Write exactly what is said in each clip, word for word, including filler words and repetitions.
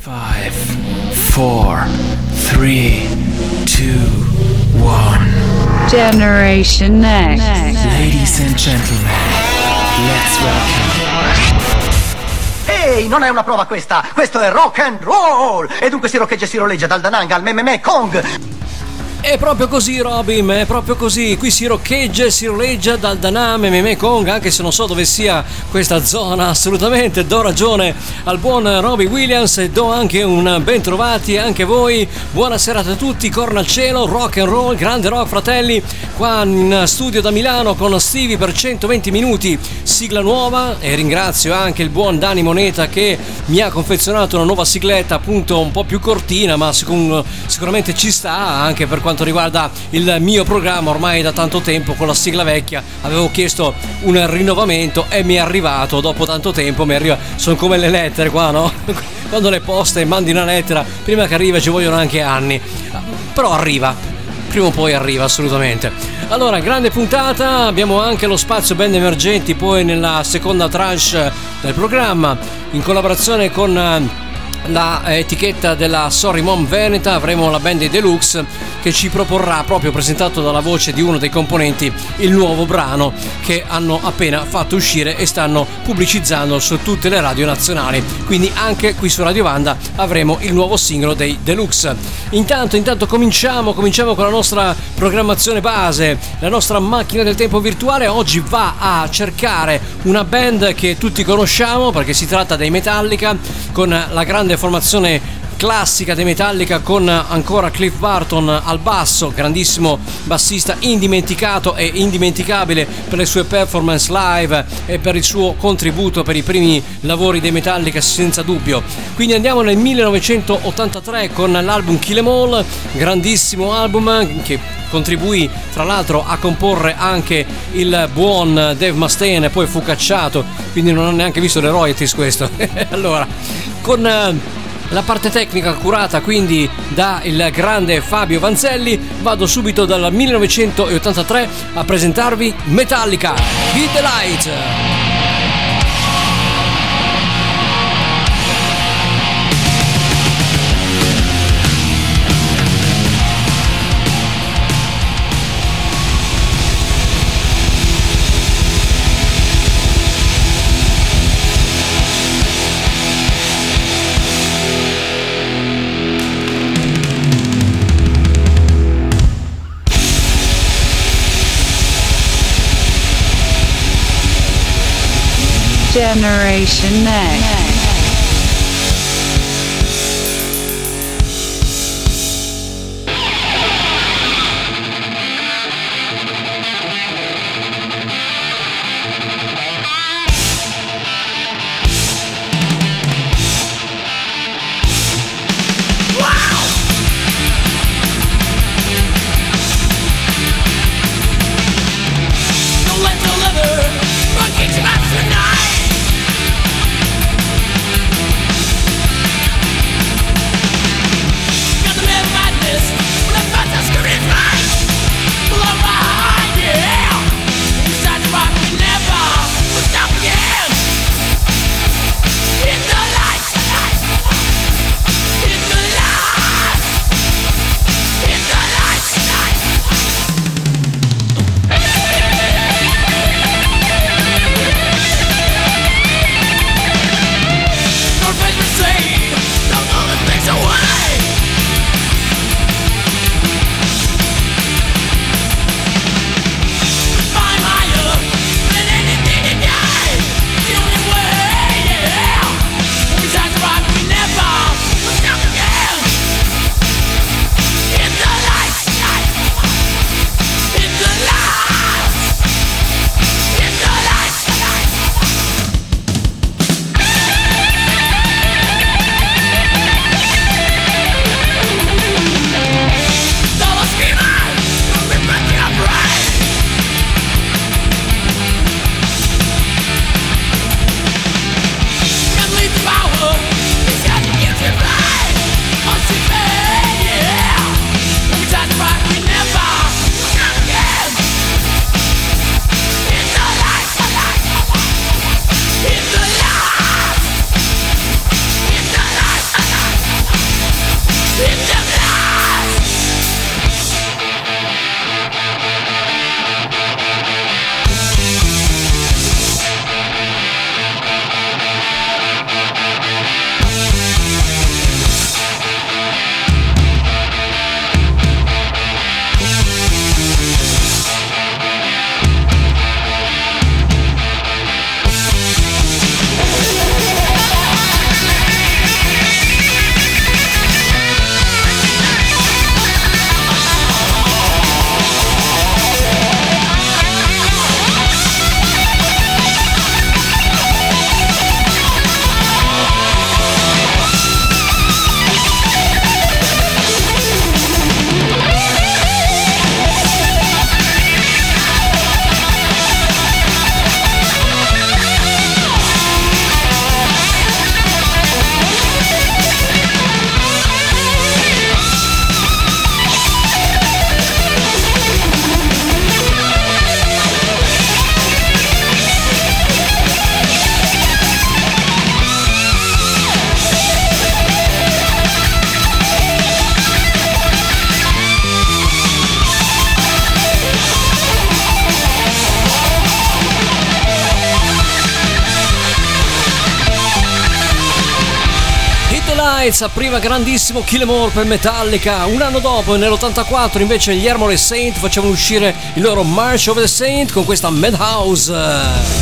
five, four, three, two, one. Generation Next. Ladies and gentlemen, let's welcome. Ehi, non è una prova questa, questo è rock and roll! E dunque si roccheggia e si roleggia dal Da Nang al Meme Kong. È proprio così, Robin, è proprio così. Qui si roccheggia e si roleggia dal Da Nang a Meme Kong, anche se non so dove sia questa zona. Assolutamente do ragione al buon Robbie Williams e do anche un ben trovati anche voi. Buona serata a tutti, corna al cielo, rock and roll, grande rock, fratelli. Qua in studio da Milano con Stevie per centoventi minuti, sigla nuova, e ringrazio anche il buon Dani Moneta che mi ha confezionato una nuova sigletta, appunto un po' più cortina, ma sicur- sicuramente ci sta anche per quanto riguarda il mio programma. Ormai da tanto tempo con la sigla vecchia avevo chiesto un rinnovamento e mi è arrivato dopo tanto tempo. Mi arriva, sono come le lettere qua, no? Quando le poste mandi una lettera, prima che arriva ci vogliono anche anni, però arriva, prima o poi arriva assolutamente. Allora, grande puntata, abbiamo anche lo spazio band emergenti poi nella seconda tranche del programma, in collaborazione con la etichetta della Sorry Mom Veneta. Avremo la band dei Deluxe che ci proporrà, proprio presentato dalla voce di uno dei componenti, il nuovo brano che hanno appena fatto uscire e stanno pubblicizzando su tutte le radio nazionali, quindi anche qui su Radio Vanda avremo il nuovo singolo dei Deluxe. Intanto intanto cominciamo cominciamo con la nostra programmazione base. La nostra macchina del tempo virtuale oggi va a cercare una band che tutti conosciamo, perché si tratta dei Metallica, con la grande formazione classica dei Metallica, con ancora Cliff Burton al basso, grandissimo bassista, indimenticato e indimenticabile per le sue performance live e per il suo contributo per i primi lavori dei Metallica senza dubbio. Quindi andiamo nel millenovecentottantatré con l'album Kill 'Em All, grandissimo album che contribuì tra l'altro a comporre anche il buon Dave Mustaine, poi fu cacciato, quindi non ho neanche visto le royalties questo. Allora, con la parte tecnica curata quindi da il grande Fabio Vanzelli, vado subito dal millenovecentottantatré a presentarvi Metallica, Hit the Light. Generation Next. Don't let the leather run get you out tonight. Lights apriva grandissimo Kill 'Em All per Metallica. Un anno dopo, nell'ottantaquattro, invece gli Armored Saint facevano uscire il loro March of the Saint con questa Madhouse.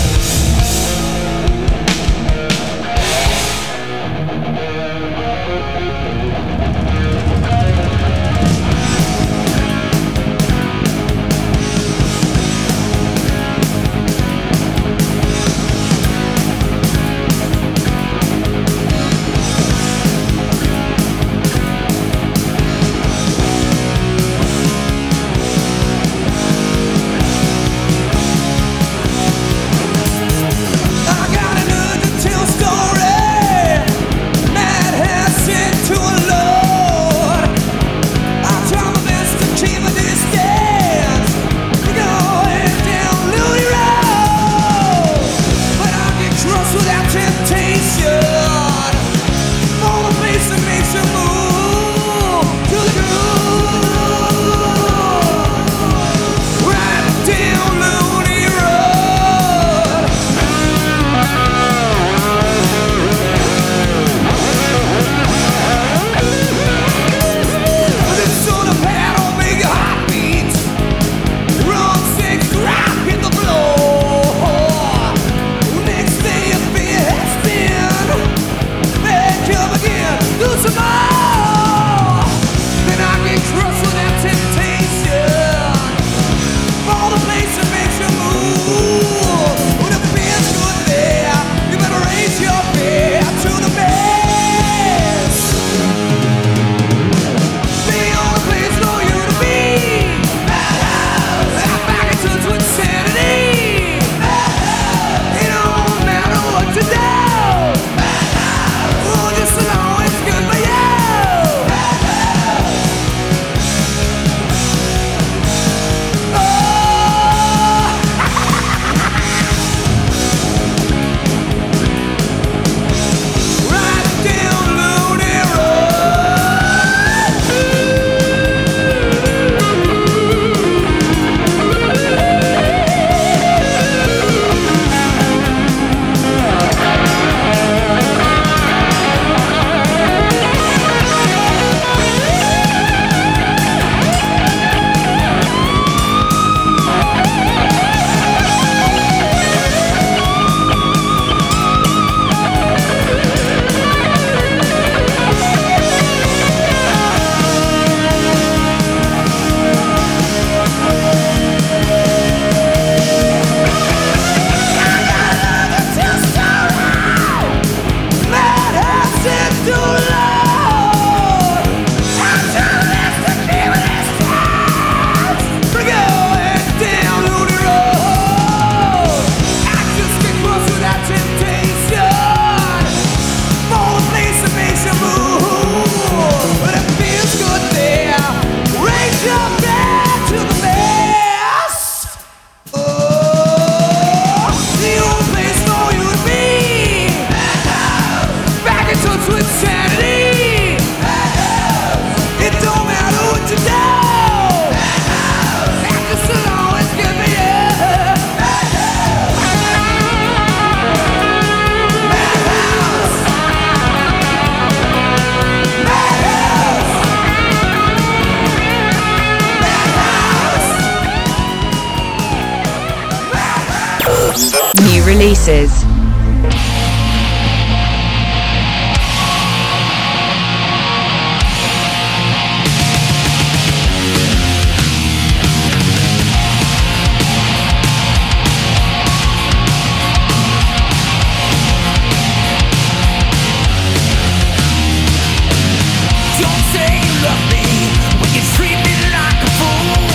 New releases.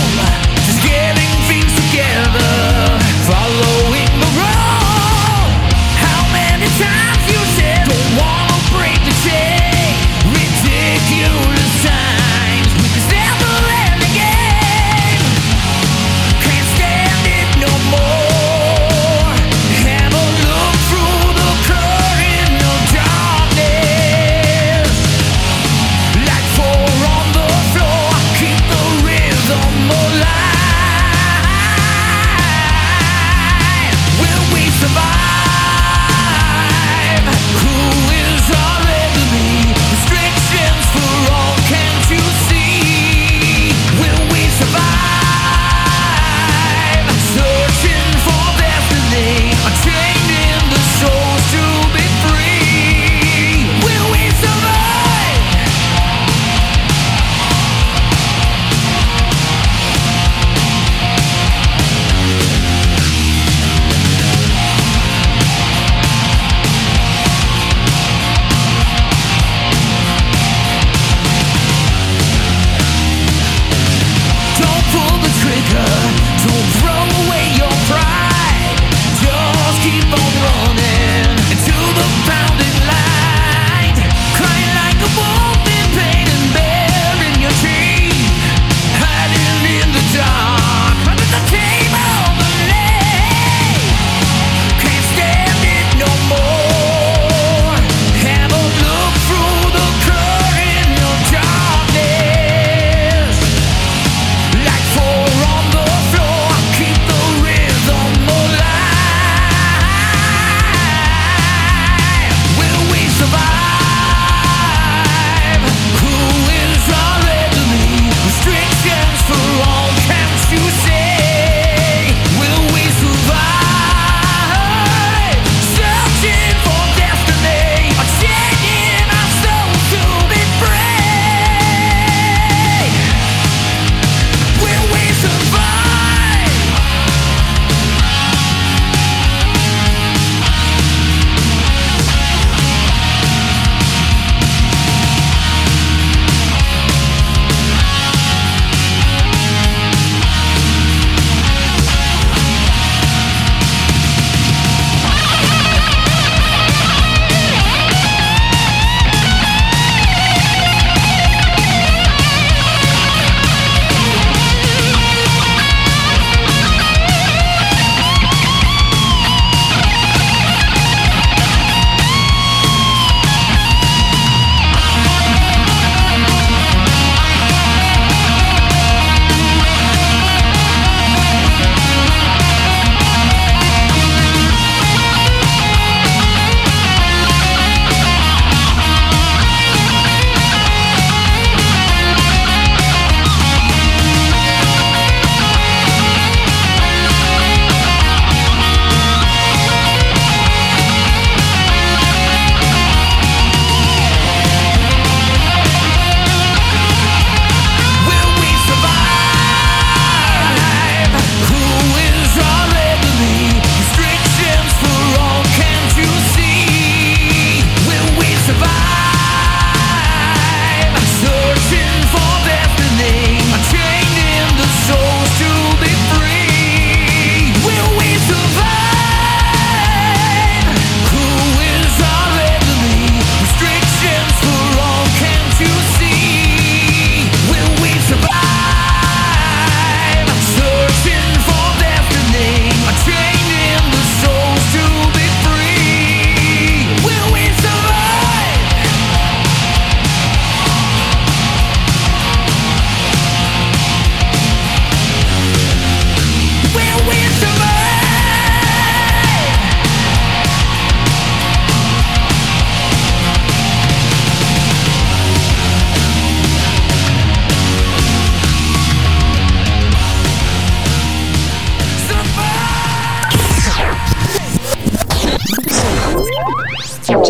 Following the road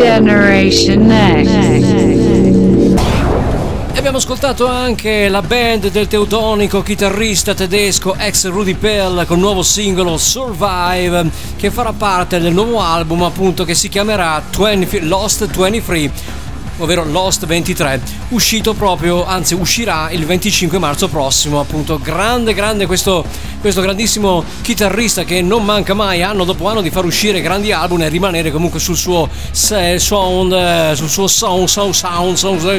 Generation Next. E abbiamo ascoltato anche la band del teutonico chitarrista tedesco ex Rudy Pell con il nuovo singolo Survive, che farà parte del nuovo album appunto che si chiamerà venti, Lost ventitré, ovvero Lost ventitré, uscito proprio, anzi uscirà il venticinque marzo prossimo appunto. Grande grande questo, questo grandissimo chitarrista che non manca mai anno dopo anno di far uscire grandi album e rimanere comunque sul suo sound, sul suo sound sound sound sound,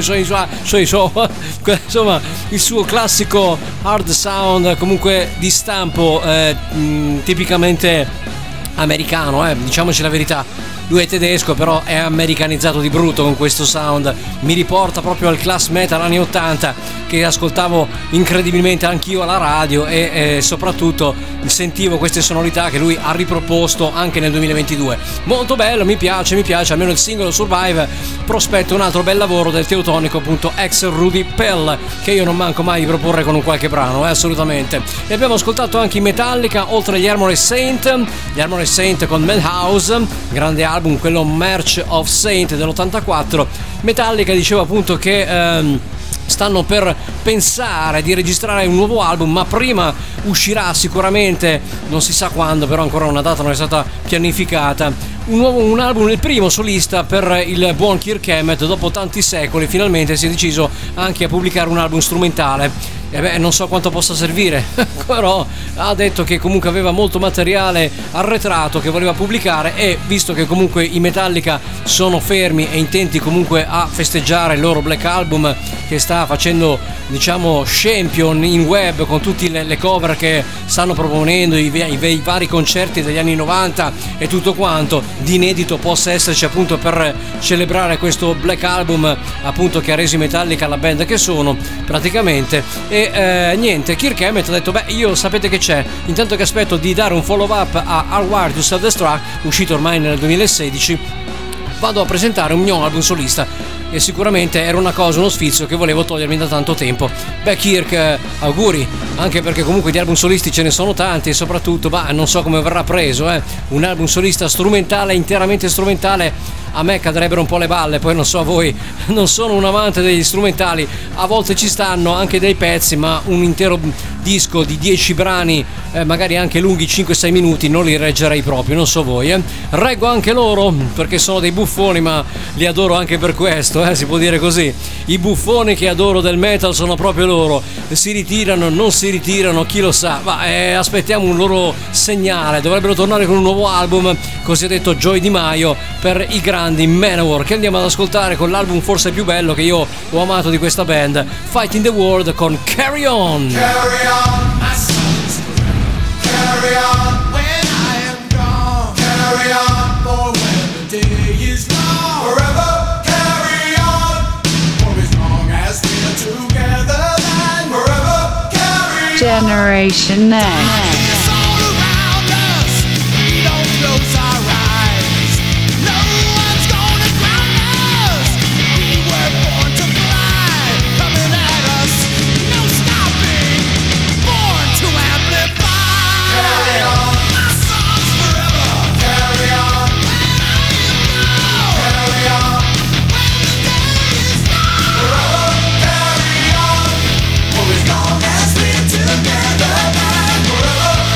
sound, insomma il suo classico hard sound comunque di stampo eh, tipicamente americano, eh, diciamoci la verità. Lui è tedesco, però è americanizzato di brutto con questo sound. Mi riporta proprio al class metal anni ottanta che ascoltavo incredibilmente anch'io alla radio e eh, soprattutto sentivo queste sonorità che lui ha riproposto anche nel duemilaventidue. Molto bello, mi piace, mi piace, almeno il singolo Survive prospetta un altro bel lavoro del teutonico appunto ex Rudy Pell, che io non manco mai di proporre con un qualche brano, eh, assolutamente. E abbiamo ascoltato anche i Metallica, oltre agli Armored Saint, gli Armored Saint con Madhouse, grande album, quello March of Saint dell'ottantaquattro. Metallica diceva appunto che ehm, stanno per pensare di registrare un nuovo album, ma prima uscirà sicuramente, non si sa quando, però ancora una data non è stata pianificata, un nuovo un album, il primo solista per il buon Kirk Hammett. Dopo tanti secoli finalmente si è deciso anche a pubblicare un album strumentale. E beh, non so quanto possa servire, però ha detto che comunque aveva molto materiale arretrato che voleva pubblicare, e visto che comunque i Metallica sono fermi e intenti comunque a festeggiare il loro Black Album che sta facendo, diciamo, champion in web con tutte le, le cover che stanno proponendo, i, i, i vari concerti degli anni novanta e tutto quanto, di inedito possa esserci appunto per celebrare questo Black Album appunto che ha reso i Metallica la band che sono praticamente. E eh, niente, Kirk Hammett ha detto beh, io sapete che c'è, intanto che aspetto di dare un follow up a Hardwired to Self-Destruct, uscito ormai nel duemilasedici, vado a presentare un mio album solista. E sicuramente era una cosa, uno sfizio che volevo togliermi da tanto tempo. Beh Kirk, eh, auguri, anche perché comunque di album solisti ce ne sono tanti, e soprattutto, bah, non so come verrà preso, eh, un album solista strumentale, interamente strumentale, a me cadrebbero un po' le balle, poi non so a voi, non sono un amante degli strumentali, a volte ci stanno anche dei pezzi, ma un intero disco di dieci brani, eh, magari anche lunghi cinque sei minuti, non li reggerei proprio, non so voi, eh. Reggo anche loro, perché sono dei buffoni, ma li adoro anche per questo, eh, si può dire così. I buffoni che adoro del metal sono proprio loro, si ritirano, non si ritirano, chi lo sa, ma eh, aspettiamo un loro segnale, dovrebbero tornare con un nuovo album, così ha detto Joy Di Maio, per i grandi Manowar, che andiamo ad ascoltare con l'album forse più bello che io ho amato di questa band, Fighting the World con Carry On. Carry on, my sons, carry on when I am gone. Carry on for when the day is long. Forever carry on for as long as we're together. Then forever carry on. Generation Next. It's all around us. We don't close our eyes. No one's gonna drown us. We were born to fly, coming at us. No stopping. Born to amplify. Carry on. My songs forever. Carry on. Carry on. When the day is done. Forever carry on. For as long as we're together. Forever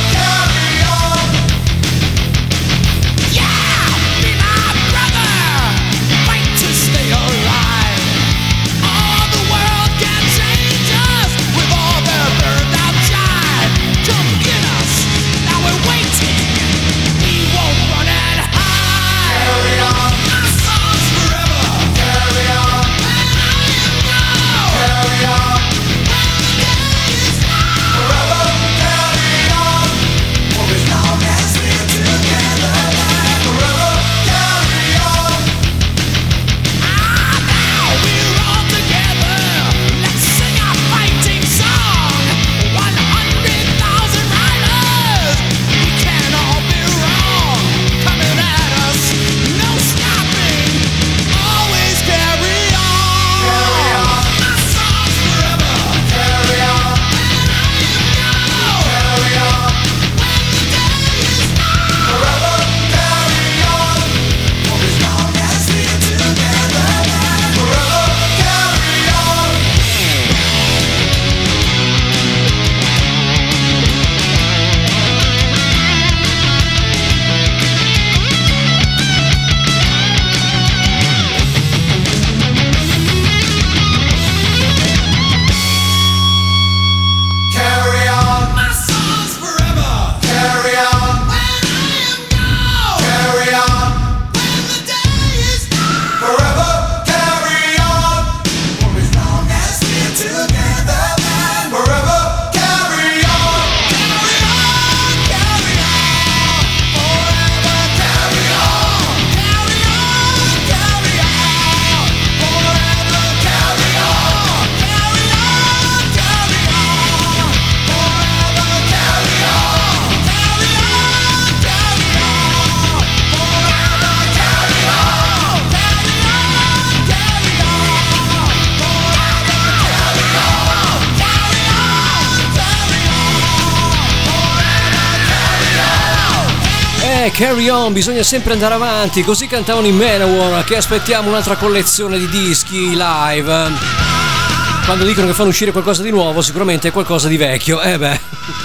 Eh, carry on, bisogna sempre andare avanti, così cantavano i Manowar, che aspettiamo un'altra collezione di dischi live. Quando dicono che fanno uscire qualcosa di nuovo, sicuramente è qualcosa di vecchio. Eh beh.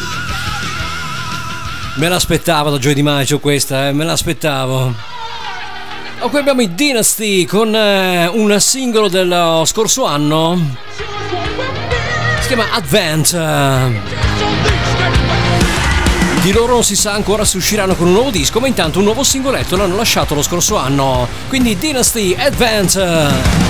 Me l'aspettavo da Joy DiMaggio questa, eh, me l'aspettavo. Oh, qui abbiamo i Dynasty con eh, un singolo dello scorso anno. Si chiama Advent. Di loro non si sa ancora se usciranno con un nuovo disco, ma intanto un nuovo singoletto l'hanno lasciato lo scorso anno. Quindi Dynasty Advent.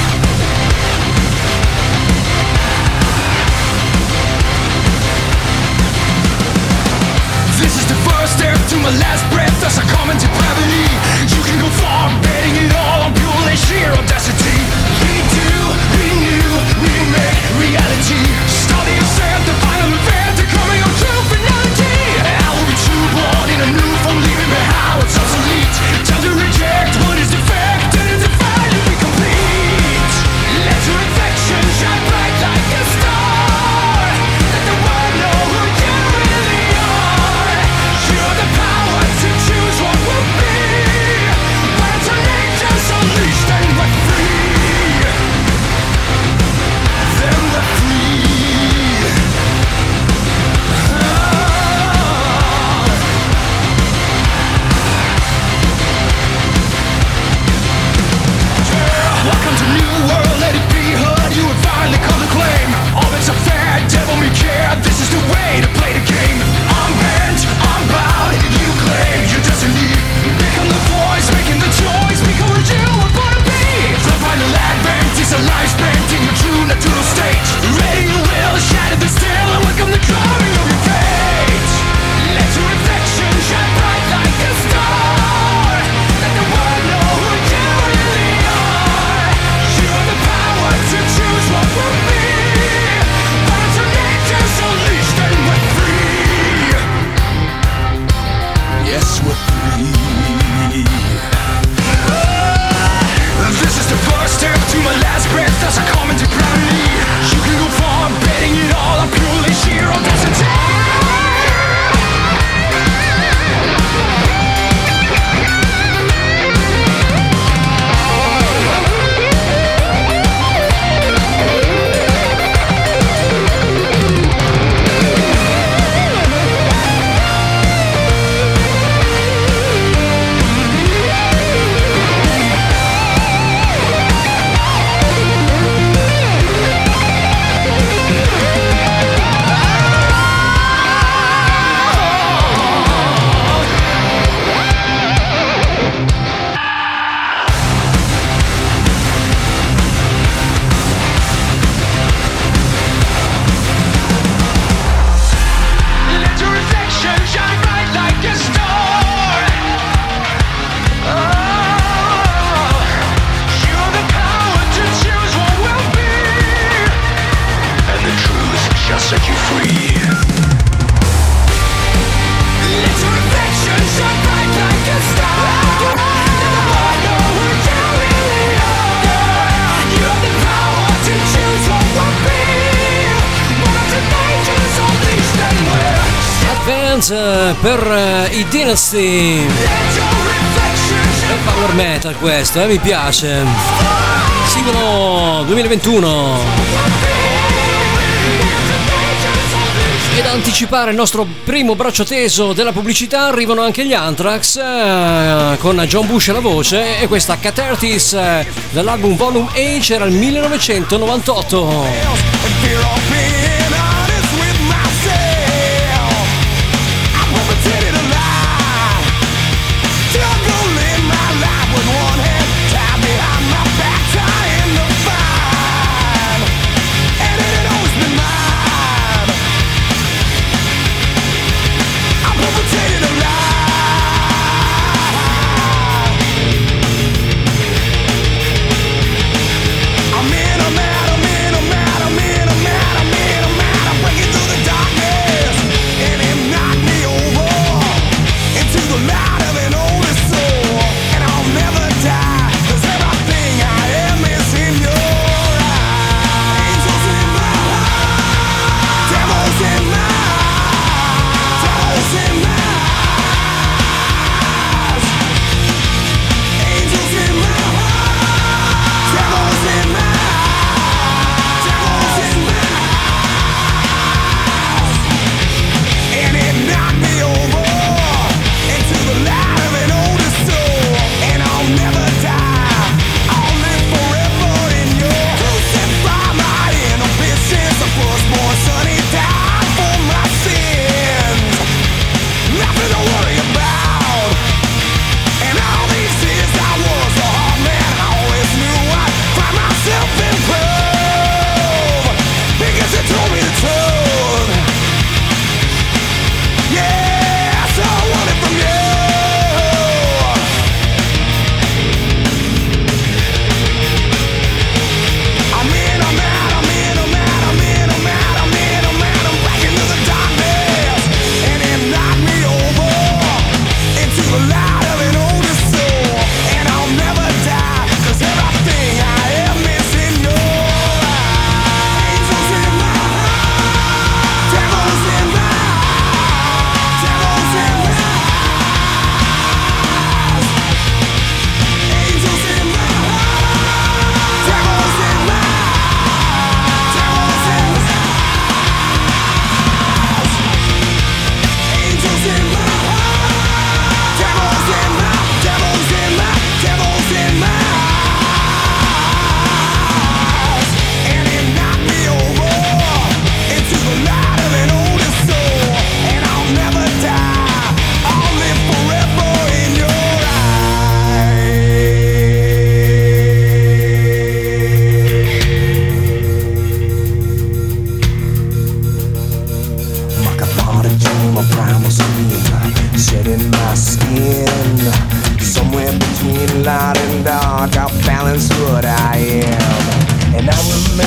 To my last breath as I come into gravity, you can go far, betting it all on pure sheer audacity. We do, we knew, we make reality. Study yourself, the final event, the coming of true finality. I will be true born in a new form, leaving behind what's obsolete. Time to reject what is defect, and it's a fire to be complete. Let your reflection shine bright like a star. Let the world know who you really are. You're the power to choose what will be. Why don't nature's unleashed and we're free? Then we're free. Yeah, welcome to new world, let it be heard. You would finally come to claim. All it's a fair, devil me care. This is the way to play the game. I'm bent, I'm bound, you claim your destiny. Become the voice, making the choice. Become what you were born to be. The final advent is a life spent in your true natural state. Ready you will, shatter the still, and welcome the coming of your fate. Let your reflection shine bright like a star. Let the world know who you really are. You're the power to choose what will be. Why don't you nature's unleashed and we're free? Yes, we're free. This is the first step to my last breath as I come into gravity. You can go far, betting it all on purely sheer audacity. Let your reflection shine bright like a star. Oh, you're the power to choose what will be, and the truth shall set you free. Let your reflection shine bright like a star. Let the world know who you really are. You're the power to choose what will be. One of the nature's unleashed and we're Advent eh, per eh, i Dynasty. Let your reflection È shine power metal questo, eh, mi piace. Singolo duemilaventuno. Ed a anticipare il nostro primo braccio teso della pubblicità arrivano anche gli Anthrax eh, con John Bush alla voce, e questa Catharsis eh, dall'album Volume H era il millenovecentonovantotto. and fear of being honest with myself. I'm overtaken alive, juggling my life with one hand tied behind my back, trying to find, and it had always been mine. I'm overtaken alive. I'm in, I'm out, I'm in, I'm out, I'm in, I'm out, I'm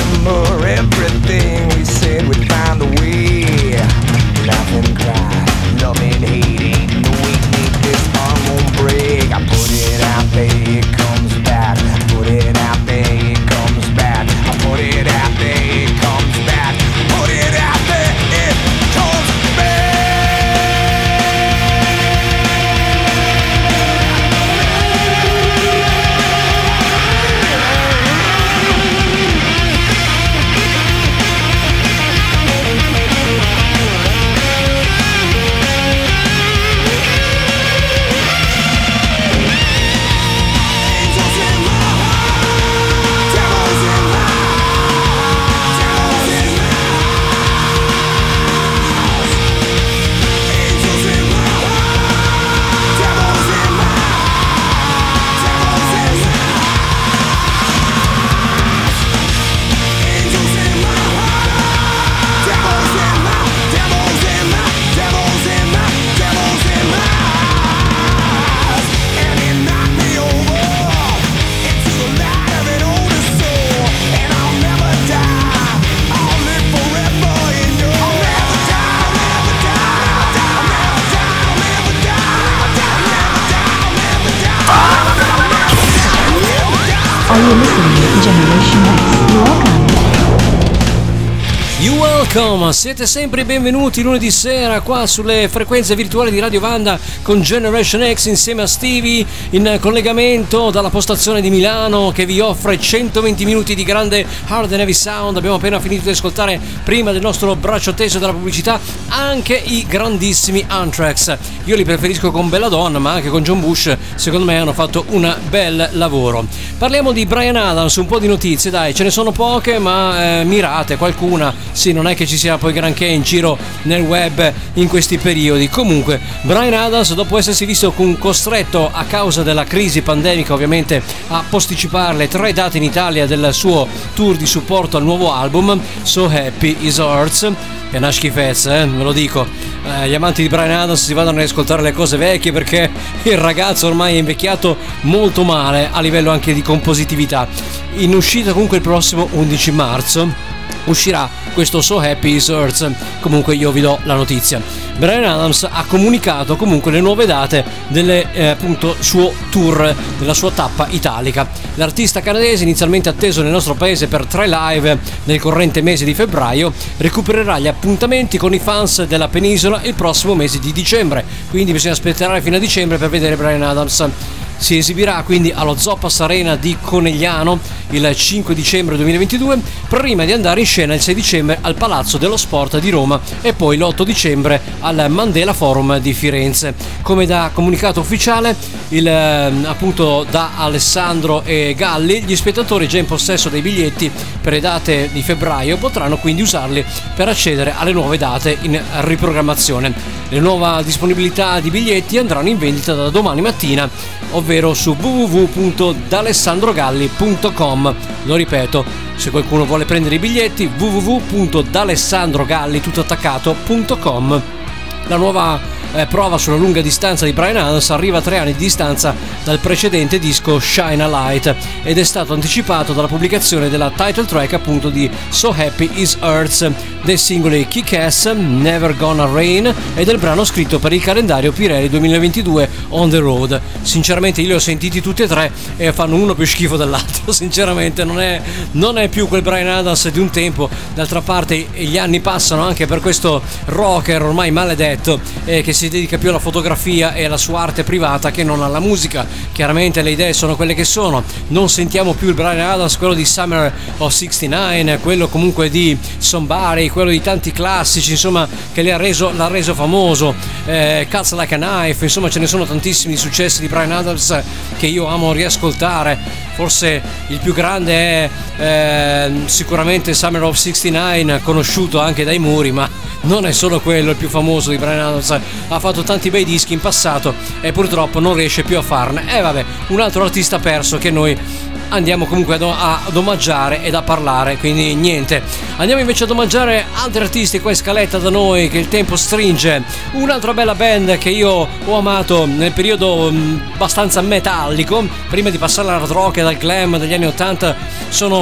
remember everything we said, we'd find a way. Laugh and cry, love and hate, ain't no way to make this heart won't break. I put it out there, it comes back. I put it out there, it comes back. I put it out there, it comes back. Put it out there, it comes back. Are you listening to Generation X? You welcome. You welcome, siete sempre benvenuti lunedì sera qua sulle frequenze virtuali di Radio Vanda con Generation X insieme a Stevie in collegamento dalla postazione di Milano che vi offre centoventi minuti di grande hard and heavy sound. Abbiamo appena finito di ascoltare prima del nostro braccio teso della pubblicità anche i grandissimi Anthrax. Io li preferisco con Belladonna, ma anche con John Bush secondo me hanno fatto un bel lavoro. Parliamo di Bryan Adams, un po' di notizie, dai, ce ne sono poche ma eh, mirate, qualcuna. Sì, non è che ci sia poi granché in giro nel web in questi periodi. Comunque, Bryan Adams, dopo essersi visto con costretto a causa della crisi pandemica ovviamente a posticipare le tre date in Italia del suo tour di supporto al nuovo album So Happy His Hurts, è una schifezza, eh, ve lo dico. Eh, gli amanti di Bryan Adams si vadano ad ascoltare le cose vecchie perché il ragazzo ormai è invecchiato molto male a livello anche di compositività. In uscita comunque il prossimo undici marzo uscirà questo So Happy His Hurts. Comunque io vi do la notizia. Bryan Adams ha comunicato comunque le nuove date del eh, appunto suo tour, della sua tappa italica. L'artista canadese, inizialmente atteso nel nostro paese per tre live nel corrente mese di febbraio, recupererà gli appuntamenti con i fans della penisola il prossimo mese di dicembre, quindi bisogna aspettare fino a dicembre per vedere Bryan Adams. Si esibirà quindi allo Zoppas Arena di Conegliano il cinque dicembre duemilaventidue, prima di andare in scena il sei dicembre al Palazzo dello Sport di Roma e poi l'otto dicembre al Mandela Forum di Firenze. Come da comunicato ufficiale, il, appunto da Alessandro e Galli, gli spettatori già in possesso dei biglietti per le date di febbraio potranno quindi usarli per accedere alle nuove date in riprogrammazione. Le nuove disponibilità di biglietti andranno in vendita da domani mattina, ovvero su w w w punto d'alessandrogalli punto com. Lo ripeto, se qualcuno vuole prendere i biglietti, w w w punto d'alessandrogalli tutto attaccato punto com. La nuova eh, prova sulla lunga distanza di Bryan Adams arriva a tre anni di distanza dal precedente disco Shine a Light ed è stato anticipato dalla pubblicazione della title track appunto di So Happy His Hurts, dei singoli Kick-Ass, Never Gonna Rain e del brano scritto per il calendario Pirelli duemilaventidue On The Road. Sinceramente io li ho sentiti tutti e tre e fanno uno più schifo dell'altro, sinceramente non è, non è più quel Bryan Adams di un tempo. D'altra parte gli anni passano anche per questo rocker ormai maledetto eh, che si dedica più alla fotografia e alla sua arte privata che non alla musica. Chiaramente le idee sono quelle che sono, non sentiamo più il Bryan Adams, quello di Summer of sessantanove, quello comunque di Somebody, quello di tanti classici, insomma, che l'ha reso, l'ha reso famoso, eh, Cuts Like a Knife, insomma ce ne sono tantissimi successi di Bryan Adams che io amo riascoltare. Forse il più grande è eh, sicuramente Summer of sessantanove, conosciuto anche dai muri, ma non è solo quello il più famoso di Bryan Adams. Ha fatto tanti bei dischi in passato e purtroppo non riesce più a farne. E eh, vabbè, un altro artista perso che noi andiamo comunque ad omaggiare ed a parlare, quindi niente. Andiamo invece ad omaggiare altri artisti qua in scaletta da noi, che il tempo stringe. Un'altra bella band che io ho amato nel periodo abbastanza metallico, prima di passare all'hard rock e al glam degli anni ottanta, sono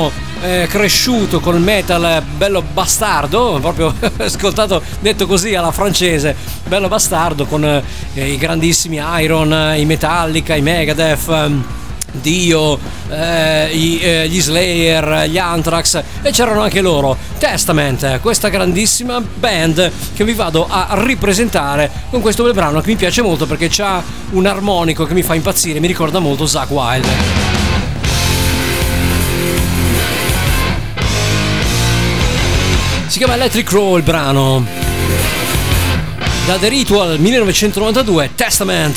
eh, cresciuto col metal bello bastardo, proprio ascoltato detto così alla francese, bello bastardo, con eh, i grandissimi Iron, i Metallica, i Megadeth, ehm, Dio, eh, i, eh, gli Slayer, gli Anthrax, e c'erano anche loro, Testament, questa grandissima band che vi vado a ripresentare con questo bel brano che mi piace molto perché c'ha un armonico che mi fa impazzire, mi ricorda molto Zakk Wylde. Si chiama Electric Roll il brano, da The Ritual millenovecentonovantadue, Testament.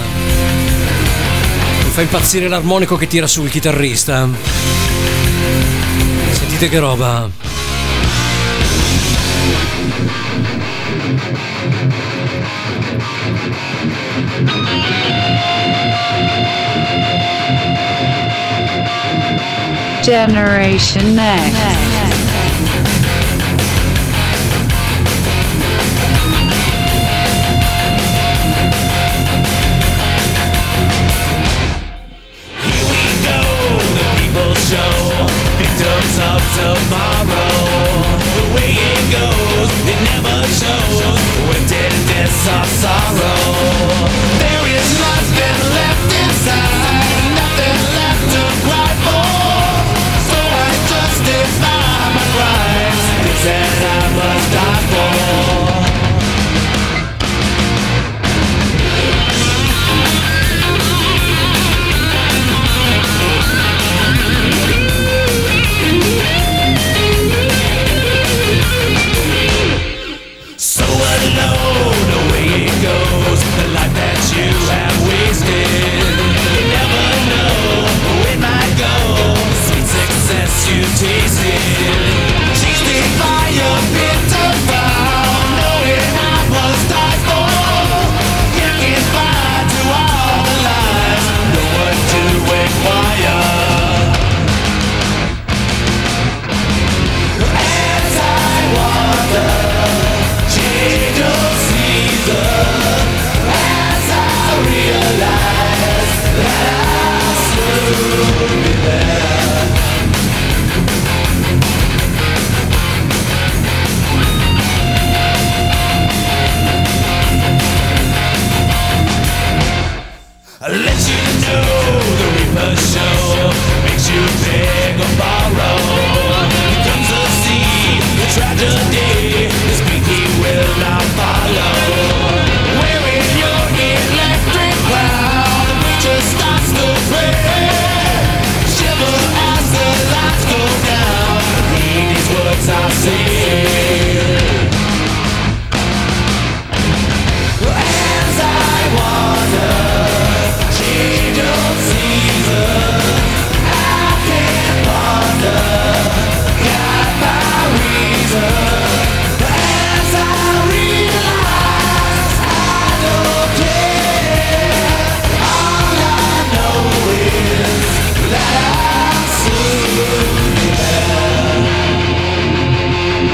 Mi fa impazzire l'armonico che tira sul chitarrista. Sentite che roba. Generation Next. Show victims of tomorrow. The way it goes, it never shows wickedness or sorrow. There is nothing left inside, nothing left to cry for. So I justify my crimes, things that I must die for. You taste it, chase me by your bitter vow, knowing I must die for. Can't get by to all the lies, no one to inquire. As I wander, change of season, as I realize that I'll soon be there. Let you know the Reaper show makes you beg or borrow. Here comes the sea, the tragedy, this beat he will not follow. Wearing your electric cloud, the preacher starts to pray. Shiver as the lights go down, read these words I say. As I wander, change of season, I can't ponder, got my reason. As I realize I don't care, all I know is that I'll soon be there.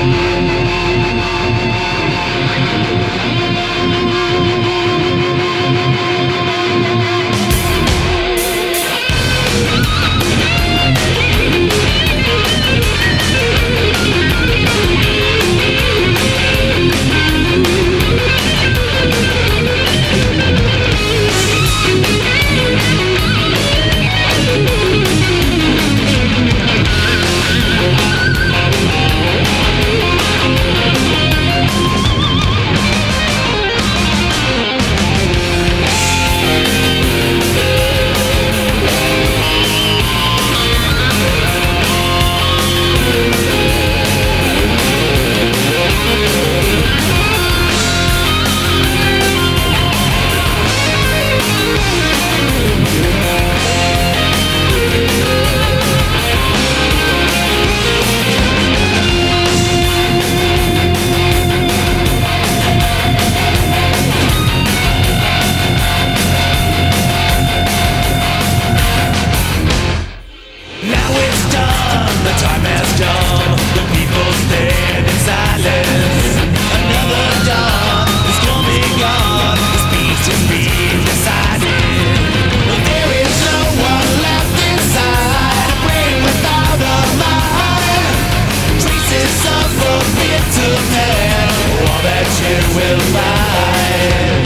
ultimate, all that you will find.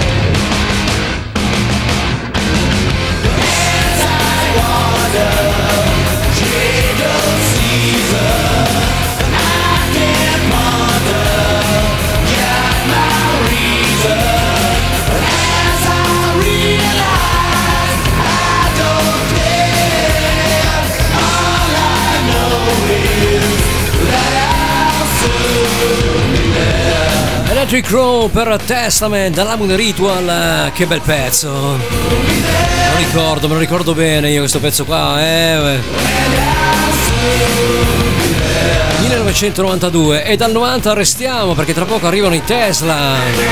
As I wander, jingle season, I can't ponder, got my reason. As I realize I don't care, all I know is that I'll soon be there. Electric Crow per Testament dall'album Ritual, che bel pezzo. Me lo ricordo, me lo ricordo bene io questo pezzo qua, eh. millenovecentonovantadue, e dal novanta restiamo perché tra poco arrivano i Tesla.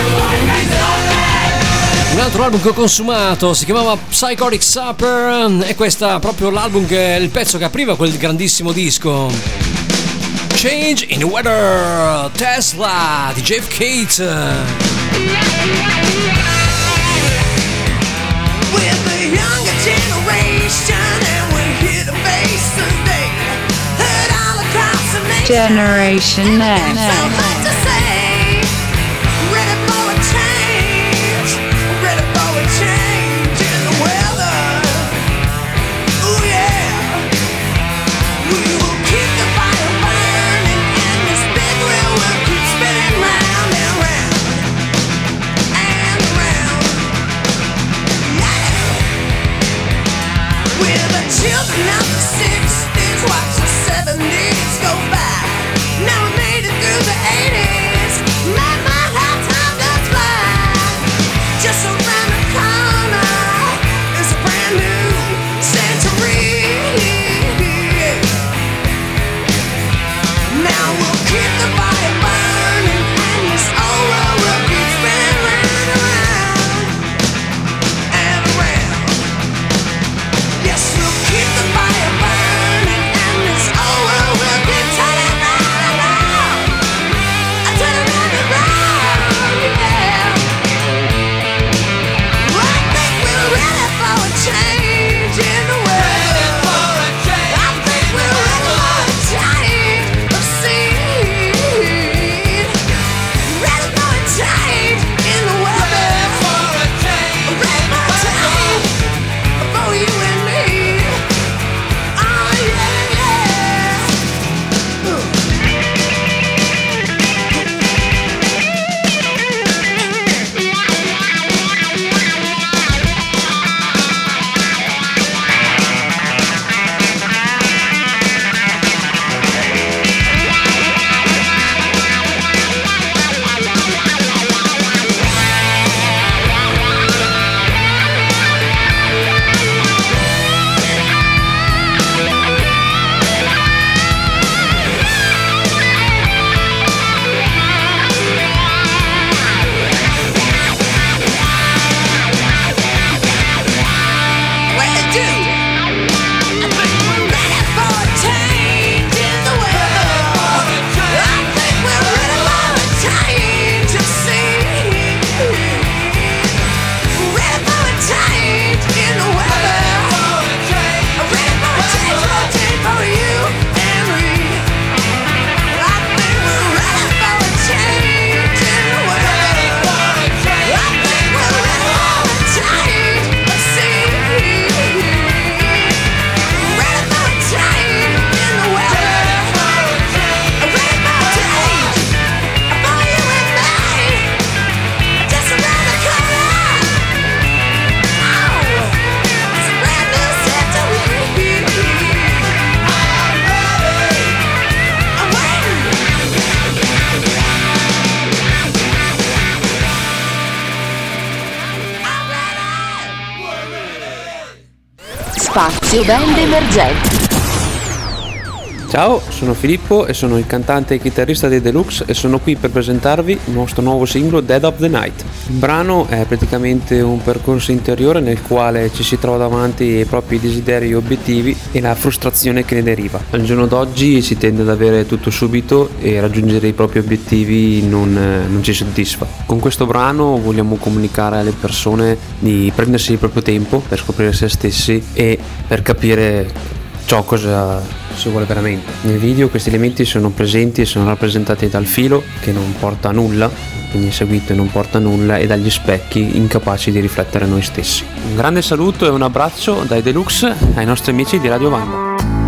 Un altro album che ho consumato si chiamava Psychotic Supper, e questo è proprio l'album che il pezzo che apriva quel grandissimo disco. Change in the Weather, Tesla di Jeff Kate. We're the younger generation and we're here to face the day. Heard all across the nation. Generation Next. So hard to say. Ready for a change. Ready for a change in the weather. Ooh yeah. We will keep the fire burning and this big wheel will keep spinning round and round and round. Yeah. We're the children of the sixties, watch the seventies go by. Now we made it through the eighties, man, my high time does fly. Just around the corner is a brand new century. Now we'll keep the fire burning and this old world will keep spinning round and round and around. Yes, we'll keep the fire burning and this old world will keep turning round and round. Turning round and round, yeah. I think we're ready for a change in the world. I think we're ready for a change of scene. Ready for a change in the weather. Ready for a change for you and me. Oh yeah, yeah. Ooh. What to do? I think we're ready for a change in the weather. I think we're ready for a change of scene. Ready for a change in the weather. Ready for a change, for a change for you and me. I think we're ready for a change in the weather. I think we're ready for a change of scene. Ready for a change in the weather. Ready for a change for you and me. Just around the corner. Oh, it's a brand new century. I'm ready. I'm waiting. Spazio band emergenti. Ciao, sono Filippo e sono il cantante e chitarrista dei Deluxe e sono qui per presentarvi il nostro nuovo singolo Dead of the Night. Il brano è praticamente un percorso interiore nel quale ci si trova davanti ai propri desideri e obiettivi e la frustrazione che ne deriva. Al giorno d'oggi si tende ad avere tutto subito e raggiungere i propri obiettivi non, non ci soddisfa. Con questo brano vogliamo comunicare alle persone di prendersi il proprio tempo per scoprire se stessi e per capire ciò cosa si vuole veramente. Nel video questi elementi sono presenti e sono rappresentati dal filo che non porta a nulla, quindi seguito e non porta a nulla, e dagli specchi incapaci di riflettere noi stessi. Un grande saluto e un abbraccio dai Deluxe ai nostri amici di Radio Vanda.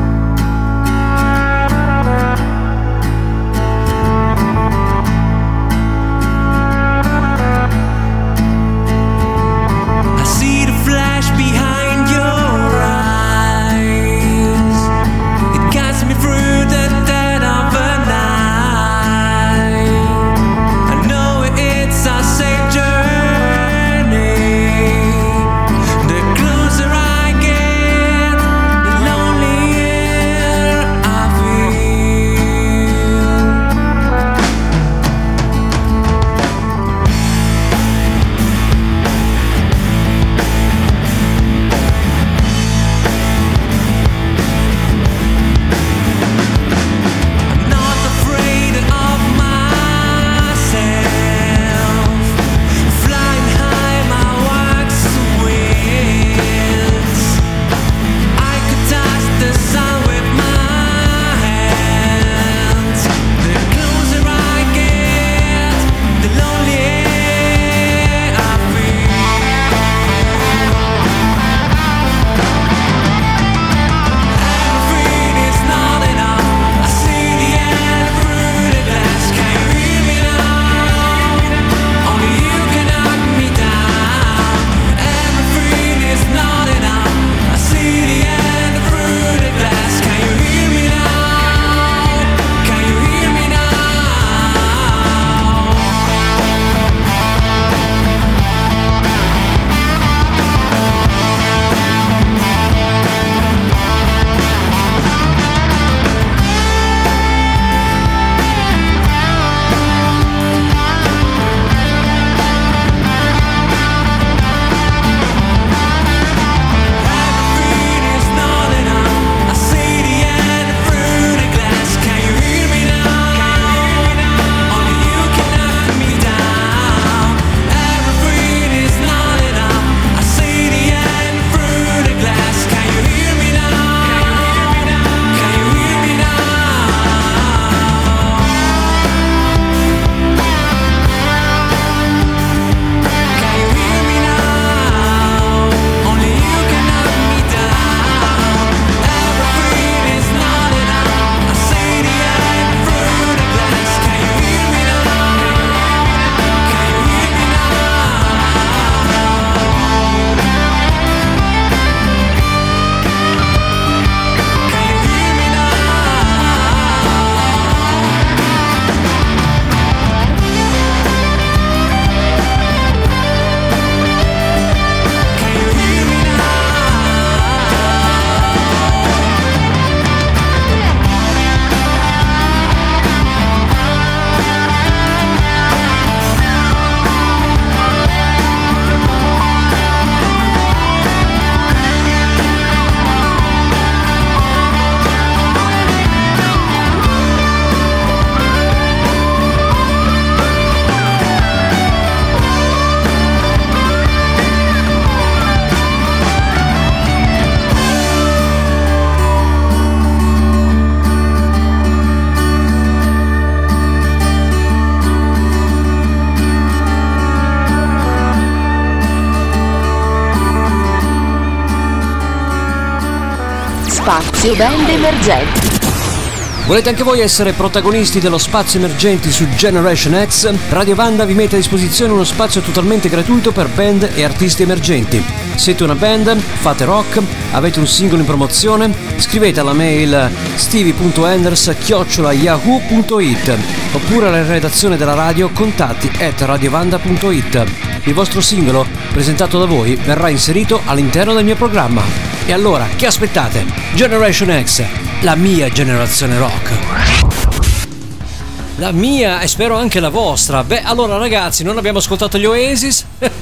Spazio Band Emergenti. Volete anche voi essere protagonisti dello Spazio Emergenti su Generation X? Radio Vanda vi mette a disposizione uno spazio totalmente gratuito per band e artisti emergenti. Siete una band? Fate rock? Avete un singolo in promozione? Scrivete alla mail stevie punto enders chiocciola yahoo punto it oppure alla redazione della radio contatti at radiovanda punto it. Il vostro singolo, presentato da voi, verrà inserito all'interno del mio programma. E allora, che aspettate? Generation X, la mia generazione rock. la mia e spero anche la vostra. Beh, allora ragazzi, non abbiamo ascoltato gli Oasis?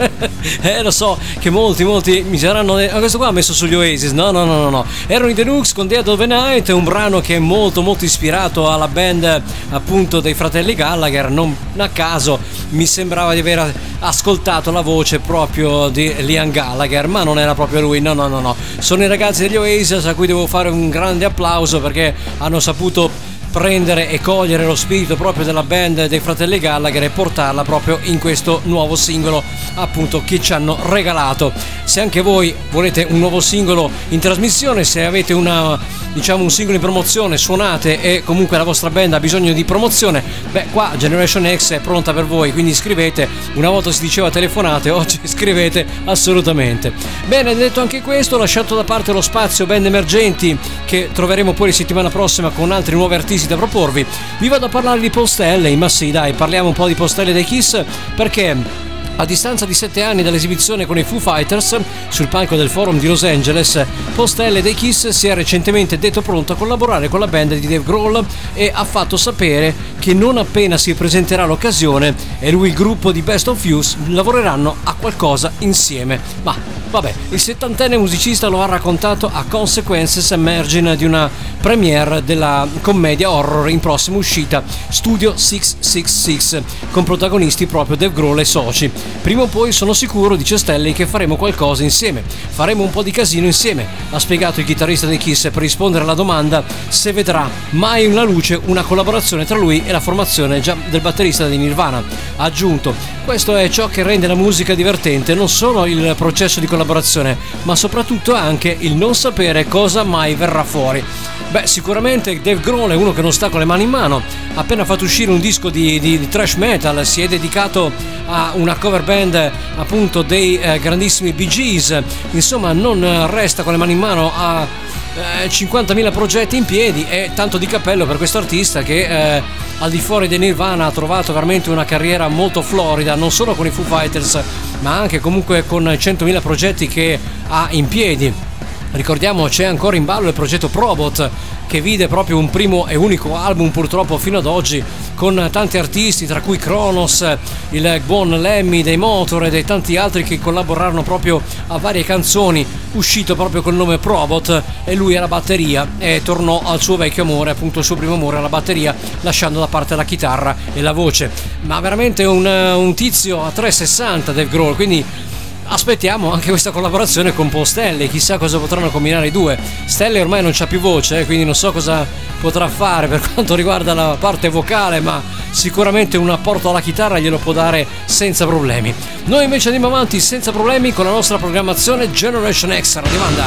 eh, lo so che molti, molti mi saranno detto, ah, questo qua ha messo sugli Oasis. No, no, no, no, no. Erano i Deluxe con Dead of the Night, un brano che è molto, molto ispirato alla band appunto dei fratelli Gallagher. Non a caso mi sembrava di aver ascoltato la voce proprio di Liam Gallagher, ma non era proprio lui. No, no, no, no. Sono i ragazzi degli Oasis a cui devo fare un grande applauso perché hanno saputo prendere e cogliere lo spirito proprio della band dei fratelli Gallagher e portarla proprio in questo nuovo singolo appunto che ci hanno regalato. Se anche voi volete un nuovo singolo in trasmissione, se avete una diciamo un singolo in promozione, suonate e comunque la vostra band ha bisogno di promozione, beh qua Generation X è pronta per voi, quindi scrivete. Una volta si diceva telefonate, oggi scrivete assolutamente. Bene, detto anche questo, lasciato da parte lo spazio band emergenti che troveremo poi la settimana prossima con altri nuovi artisti da proporvi, vi vado a parlare di Paul Stanley. Ma sì, dai, parliamo un po' di Paul Stanley dei Kiss, perché a distanza di sette anni dall'esibizione con i Foo Fighters sul palco del Forum di Los Angeles, Paul Stanley dei Kiss si è recentemente detto pronto a collaborare con la band di Dave Grohl e ha fatto sapere che non appena si presenterà l'occasione e lui e il gruppo di Best of You lavoreranno a qualcosa insieme. Ma vabbè, il settantenne musicista lo ha raccontato a Consequences Emerging di una premiere della commedia horror in prossima uscita, Studio sei sei sei, con protagonisti proprio Dave Grohl e soci. Prima o poi sono sicuro, dice Stanley, che faremo qualcosa insieme, faremo un po' di casino insieme, ha spiegato il chitarrista dei Kiss per rispondere alla domanda se vedrà mai una luce una collaborazione tra lui e la formazione già del batterista di Nirvana. Ha aggiunto: questo è ciò che rende la musica divertente, non solo il processo di collaborazione, ma soprattutto anche il non sapere cosa mai verrà fuori. Beh, sicuramente Dave Grohl è uno che non sta con le mani in mano, ha appena fatto uscire un disco di, di, di thrash metal, si è dedicato a una cover band appunto dei eh, grandissimi Bee Gees, insomma non resta con le mani in mano, ha eh, cinquantamila progetti in piedi e tanto di cappello per questo artista che eh, al di fuori di Nirvana ha trovato veramente una carriera molto florida, non solo con i Foo Fighters ma anche comunque con centomila progetti che ha in piedi. Ricordiamo, c'è ancora in ballo il progetto Probot, che vide proprio un primo e unico album purtroppo fino ad oggi, con tanti artisti tra cui Kronos, il buon Lemmy dei Motorhead e tanti altri che collaborarono proprio a varie canzoni, uscito proprio col nome Probot, e lui alla batteria e tornò al suo vecchio amore, appunto il suo primo amore alla batteria, lasciando da parte la chitarra e la voce. Ma veramente un, un tizio a trecentosessanta Dave Grohl, quindi aspettiamo anche questa collaborazione con Paul Stanley, chissà cosa potranno combinare i due. Stanley ormai non c'ha più voce, eh, quindi non so cosa potrà fare per quanto riguarda la parte vocale, ma sicuramente un apporto alla chitarra glielo può dare senza problemi. Noi invece andiamo avanti senza problemi con la nostra programmazione Generation X, Radio Banda.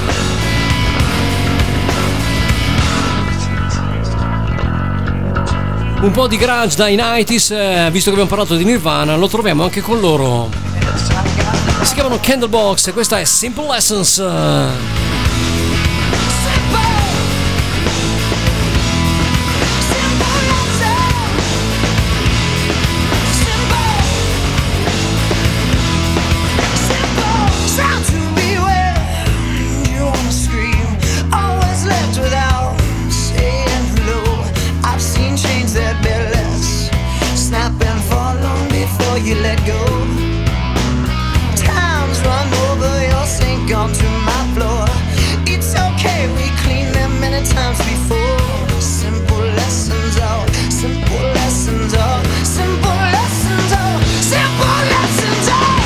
Un po' di grunge dai nineties, eh, visto che abbiamo parlato di Nirvana, lo troviamo anche con loro. Si chiamano Candlebox e questa è Simple Lessons. You let go. Time's run over your sink onto my floor. It's okay, we cleaned them many times before. Simple lessons, oh, simple lessons, oh, simple lessons, oh, simple lessons, oh.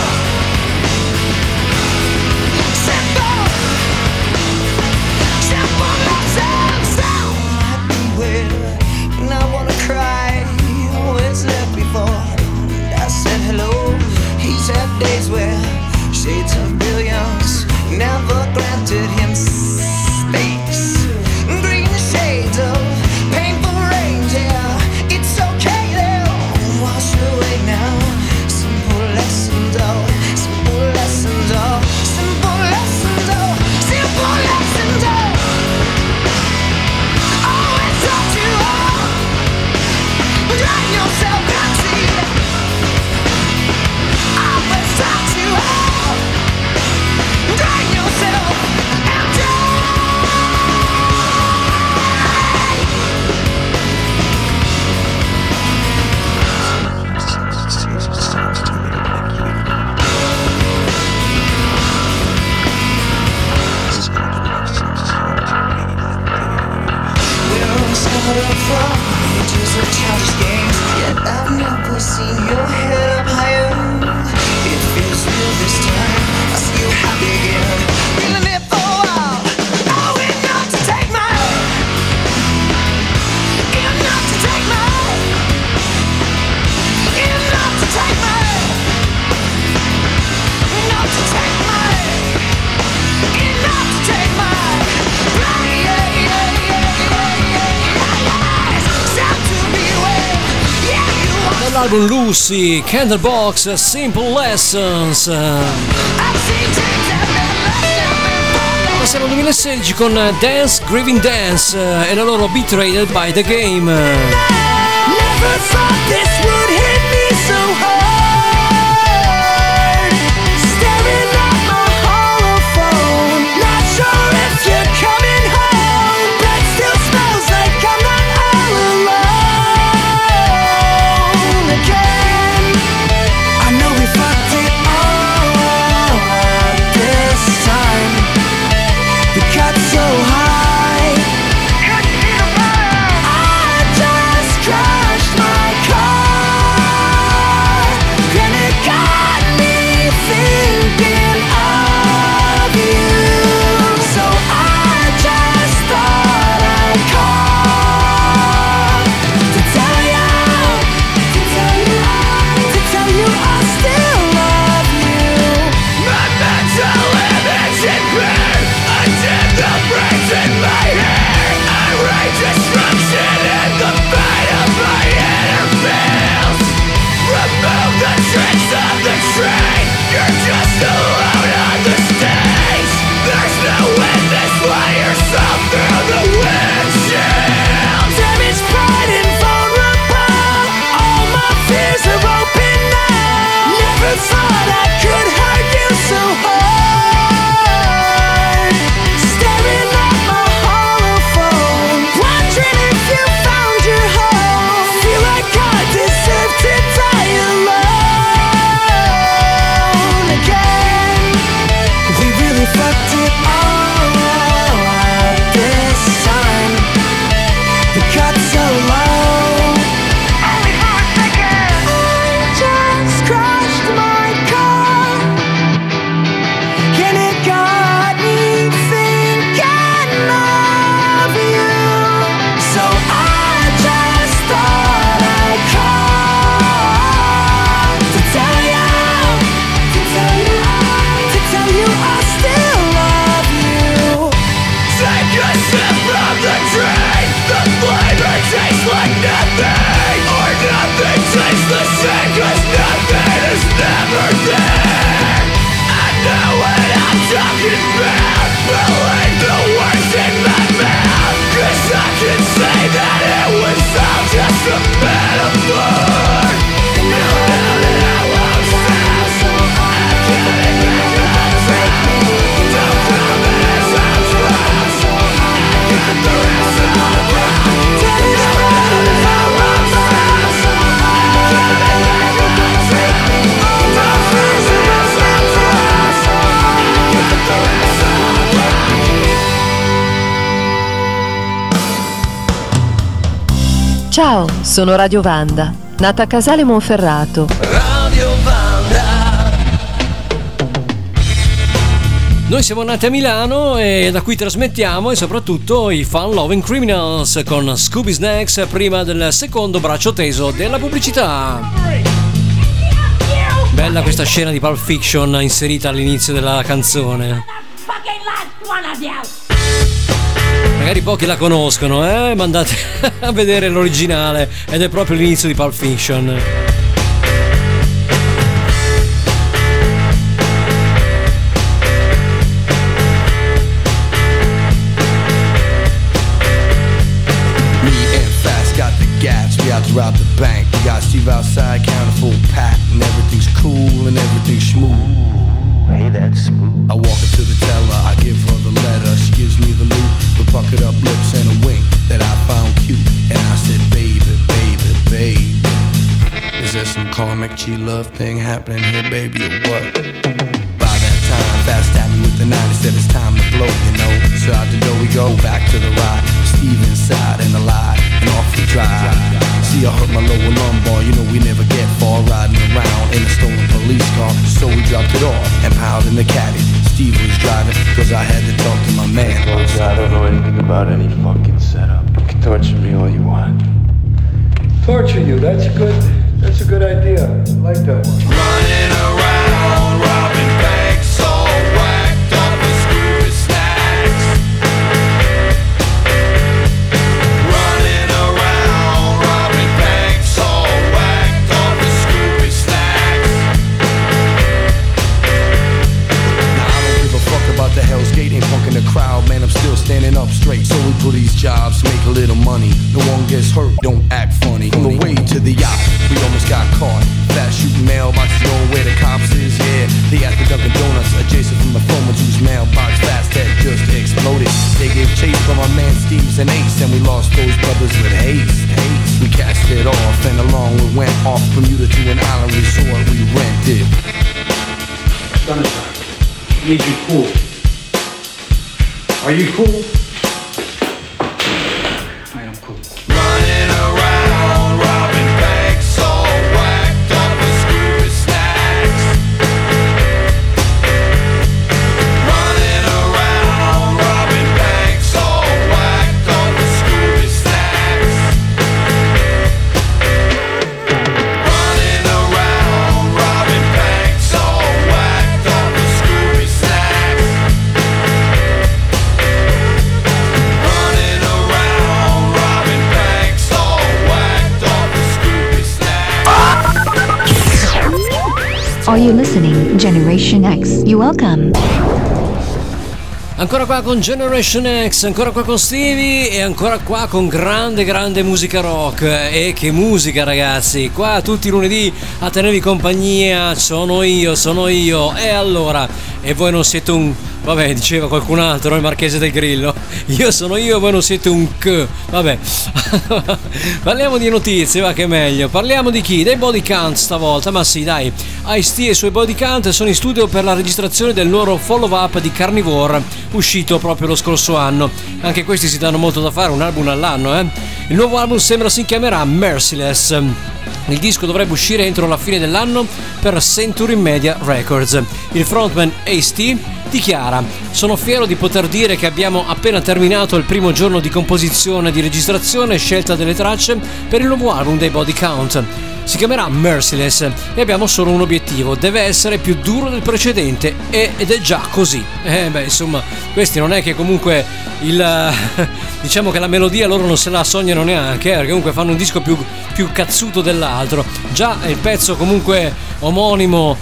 Simple, simple lessons, oh. Might be weird, and I wanna cry. What's left before I said hello? dall'album Lucy, Candlebox, Simple Lessons. Passiamo al duemilasedici con Dance Grieving Dance e la loro Beat Rated by the Game. Never thought this would hit me so hard. Staring at my hollow phone, not sure if you're coming home. Bed still smells like I'm not all alone again. I know we fucked it all up this time. The cut's so high. I just crashed my car, and it got me thinking of you. So I just thought I'd call to tell you, to tell you, to tell you I still love you. My mental image impaired, I did the breaks in my hair. I rage destruction in the fight of my inner veils. Remove the tricks of the train, you're just alone on the stage. There's no witness while you're yourself through the windshield. Damaged pride and vulnerable, all my fears are open now. Never thought I could hurt you so hard. Staring at my hollow phone, wondering if you found your home. Feel like I deserve to die alone again. We really fucked it all up this time. The cut's so low. Only for a second. I just crashed my car, and it got me thinking of you. So I just thought I'd call to tell you, to tell you, to tell you I still love you. Take a sip from the drink, the flavor tastes like nothing, or nothing tastes the same, 'cause nothing is never there. I know what I'm talking about, believe the words in my mouth, 'cause I can say that it was all just a metaphor. And now that I won't stop, so I'm getting back on track. Don't come as I'm drunk, so I got the rest of the rock. Now that I won't stop, so I'm getting back on track. Don't come as I'm drunk, so I got the rest of the rock. Ciao, sono Radio Vanda, nata a Casale Monferrato. Radio Vanda. Noi siamo nati a Milano e da qui trasmettiamo, e soprattutto i Fun Loving Criminals con Scooby Snacks prima del secondo braccio teso della pubblicità. Bella questa scena di Pulp Fiction inserita all'inizio della canzone. Magari pochi la conoscono, eh? Ma andate a vedere l'originale ed è proprio l'inizio di Pulp Fiction. Me and Fast got the gas, we out to rob the bank. We got Steve outside, count a full pack, and everything's cool and everything's smooth. Hey, that's smooth. I walk up to the teller, I give her the letter. She gives me the loot, the puckered up lips and a wink that I found cute. And I said, baby, baby, baby, is there some karmic G-love thing happening here, baby, or what? By that time, Fast at me with the nine, he said it's time to blow, you know. So out the door we go, back to the ride. Steve inside and alive, and off we drive. See, I hurt my lower lumbar, you know we never get far riding around in a stolen police car. So we dropped it off and piled in the caddy. Steve was driving, cause I had to talk to my man. Look, I don't know anything about any fucking setup. You can torture me all you want. Torture you, that's a good, that's a good idea. I like that one. Running around, robbing banks, all whacked up with Scooby Snacks. Running around, robbing banks, all whacked up funny. On the way to the yacht, we almost got caught. Fast shooting mailboxes going where the cops is, yeah. They at the Dunkin' Donuts, adjacent from the former whose mailbox fast had just exploded. They gave chase from our man Steve's and Ace, and we lost those brothers with haste. haste. We cast it off, and along we went off Bermuda to an island resort we rented. Sunshine, I need you cool. Are you cool? I am cool. Running around, robbing banks, all whacked up with Scooby snacks. Running around, robbing banks, all whacked up with Scooby snacks. Running around, robbing banks, all whacked up with Scooby snacks. Running around, robbing banks, all whacked up with Scooby snacks. Are you listening, Generation X? You welcome. Ancora qua con Generation X, ancora qua con Stevie e ancora qua con grande grande musica rock. E che musica, ragazzi, qua tutti i lunedì a tenervi compagnia sono io, sono io. E allora, e voi non siete un... vabbè, diceva qualcun altro, il Marchese del Grillo. Io sono io, voi non siete un c. Vabbè. Parliamo di notizie, va che è meglio. Parliamo di chi? Dei Body Count stavolta, ma sì, dai. Ice-T e i suoi Body Count sono in studio per la registrazione del loro follow-up di Carnivore, uscito proprio lo scorso anno. Anche questi si danno molto da fare, un album all'anno, eh. Il nuovo album sembra si chiamerà Merciless. Il disco dovrebbe uscire entro la fine dell'anno per Century Media Records. Il frontman Ice-T dichiara: sono fiero di poter dire che abbiamo appena terminato il primo giorno di composizione, di registrazione e scelta delle tracce per il nuovo album dei Body Count. Si chiamerà Merciless e abbiamo solo un obiettivo: deve essere più duro del precedente, e, ed è già così. Eh beh, insomma, questi non è che comunque il diciamo che la melodia loro non se la sognano neanche, eh, perché comunque fanno un disco più, più cazzuto dell'altro. Già il pezzo comunque omonimo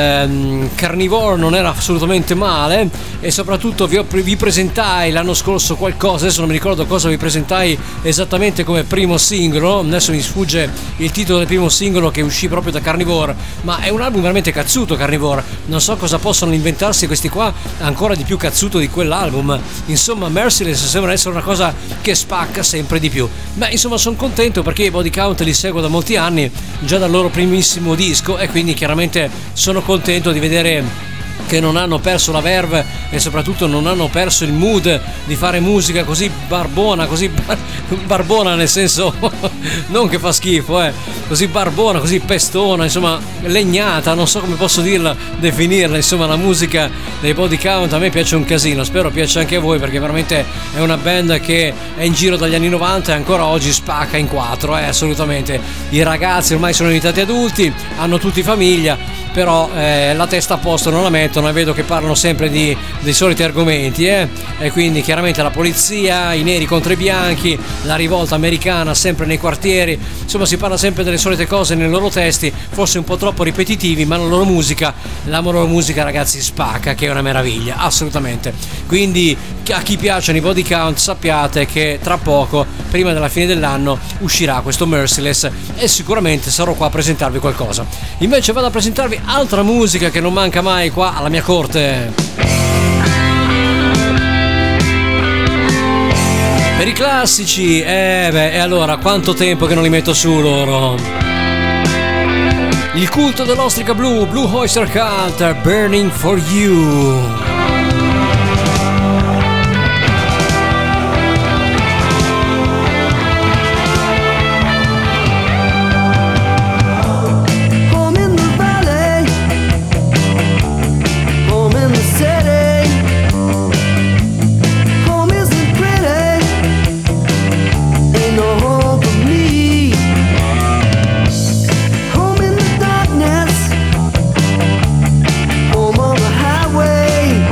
ehm, Carnivore non era assolutamente male, e soprattutto vi, ho, vi presentai l'anno scorso qualcosa, adesso non mi ricordo cosa vi presentai esattamente come primo singolo, adesso mi sfugge il titolo del primo singolo che uscì proprio da Carnivore, ma è un album veramente cazzuto Carnivore, non so cosa possono inventarsi questi qua ancora di più cazzuto di quell'album. Insomma, Merciless sembra essere una cosa che spacca sempre di più. Beh, insomma, sono contento perché i Body Count li seguo da molti anni, già dal loro primissimo disco, e quindi chiaramente sono contento di vedere che non hanno perso la verve e soprattutto non hanno perso il mood di fare musica così barbona, così bar- barbona nel senso non che fa schifo, eh, così barbona, così pestona, insomma legnata, non so come posso dirla, definirla. Insomma, la musica dei Body Count a me piace un casino, spero piaccia anche a voi, perché veramente è una band che è in giro dagli anni novanta e ancora oggi spacca in quattro, eh, assolutamente. I ragazzi ormai sono diventati adulti, hanno tutti famiglia, però eh, la testa a posto non la mettono, e vedo che parlano sempre di, dei soliti argomenti, eh? E quindi chiaramente la polizia, i neri contro i bianchi, la rivolta americana sempre nei quartieri, insomma si parla sempre delle solite cose nei loro testi, forse un po' troppo ripetitivi, ma la loro musica, la loro musica, ragazzi, spacca, che è una meraviglia, assolutamente. Quindi a chi piacciono i Body Count sappiate che tra poco, prima della fine dell'anno, uscirà questo Merciless e sicuramente sarò qua a presentarvi qualcosa. Invece vado a presentarvi altra musica che non manca mai qua alla mia corte. Per i classici, eh beh, e allora quanto tempo che non li metto su loro. Il culto dell'ostrica blu, Blue Oyster Cult, Burning for You. Home on the highway.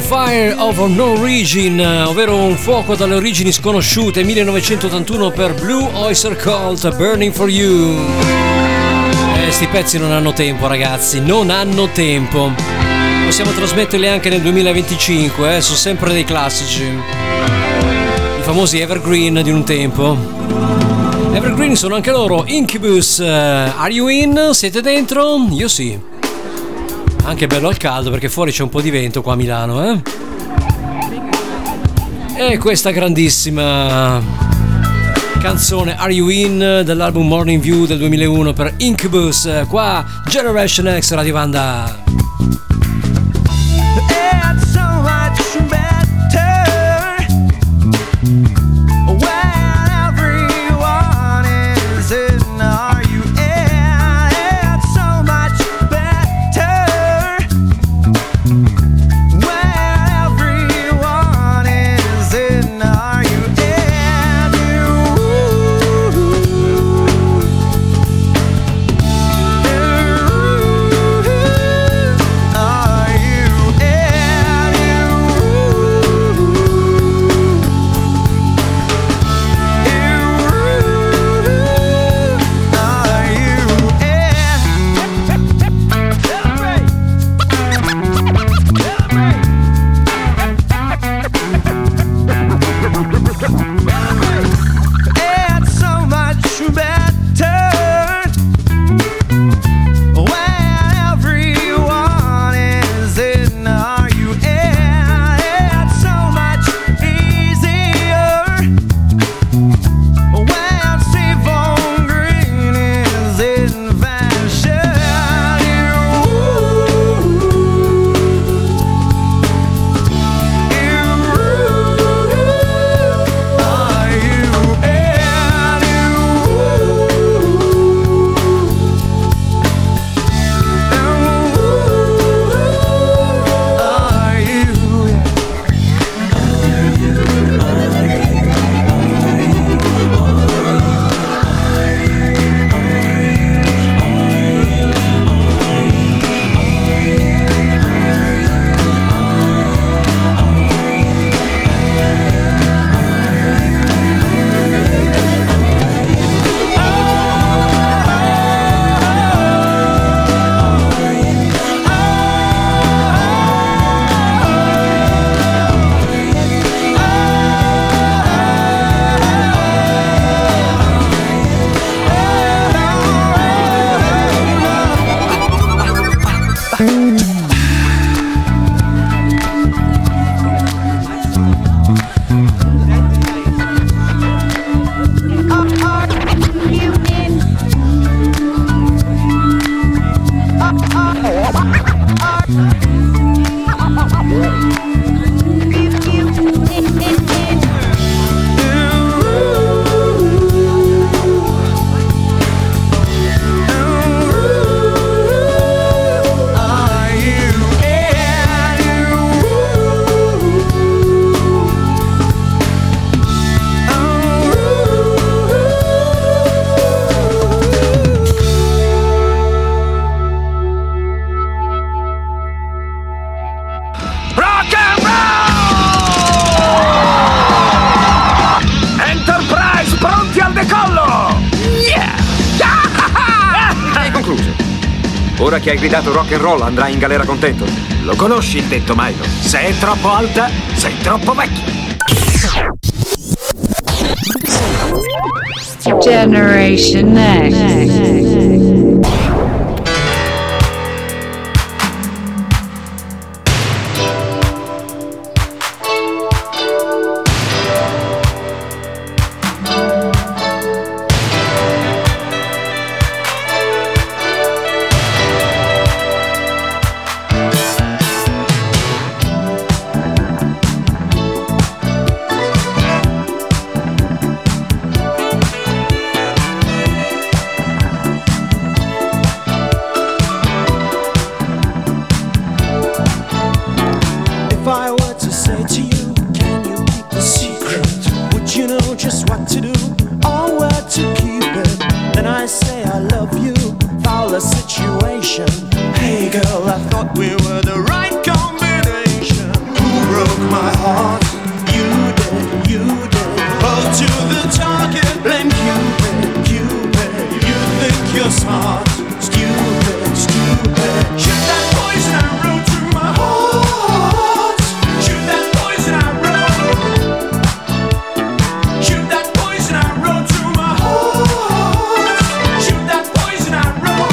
Fire of No Origin, ovvero un fuoco dalle origini sconosciute, millenovecentottantuno per Blue Oyster Cult, Burning for You. Eh, sti pezzi non hanno tempo, ragazzi, non hanno tempo. Possiamo trasmetterli anche nel duemilaventicinque, eh, sono sempre dei classici. I famosi evergreen di un tempo. Evergreen sono anche loro, Incubus. Are you in? Siete dentro? Io sì. Anche bello al caldo perché fuori c'è un po' di vento qua a Milano, eh? E questa grandissima canzone Are You In dell'album Morning View del duemilauno per Incubus, qua Generation X Radio Vanda. It's so much better when everyone is in. Are you in? It's so much better when everyone is in. Are you in? Are you It's so much better when everyone is in. Are you in? It's so much easier when Steve Green is invention. Are you Rock and roll! Enterprise pronti al decollo! Yeah! Hai concluso. Ora che hai gridato rock and roll andrai in galera contento. Lo conosci il detto, Milo? Se è troppo alta, sei troppo vecchio. Generation Next. If I were to say to you, can you keep a secret? Would you know just what to do or where to keep it? Then I say I love you, foul the situation. Hey girl, I thought we were the right combination. Who you're smart. Stupid, stupid. Shoot that poison arrow through my heart. Shoot that poison arrow. Shoot that poison arrow through my heart. Shoot that poison arrow.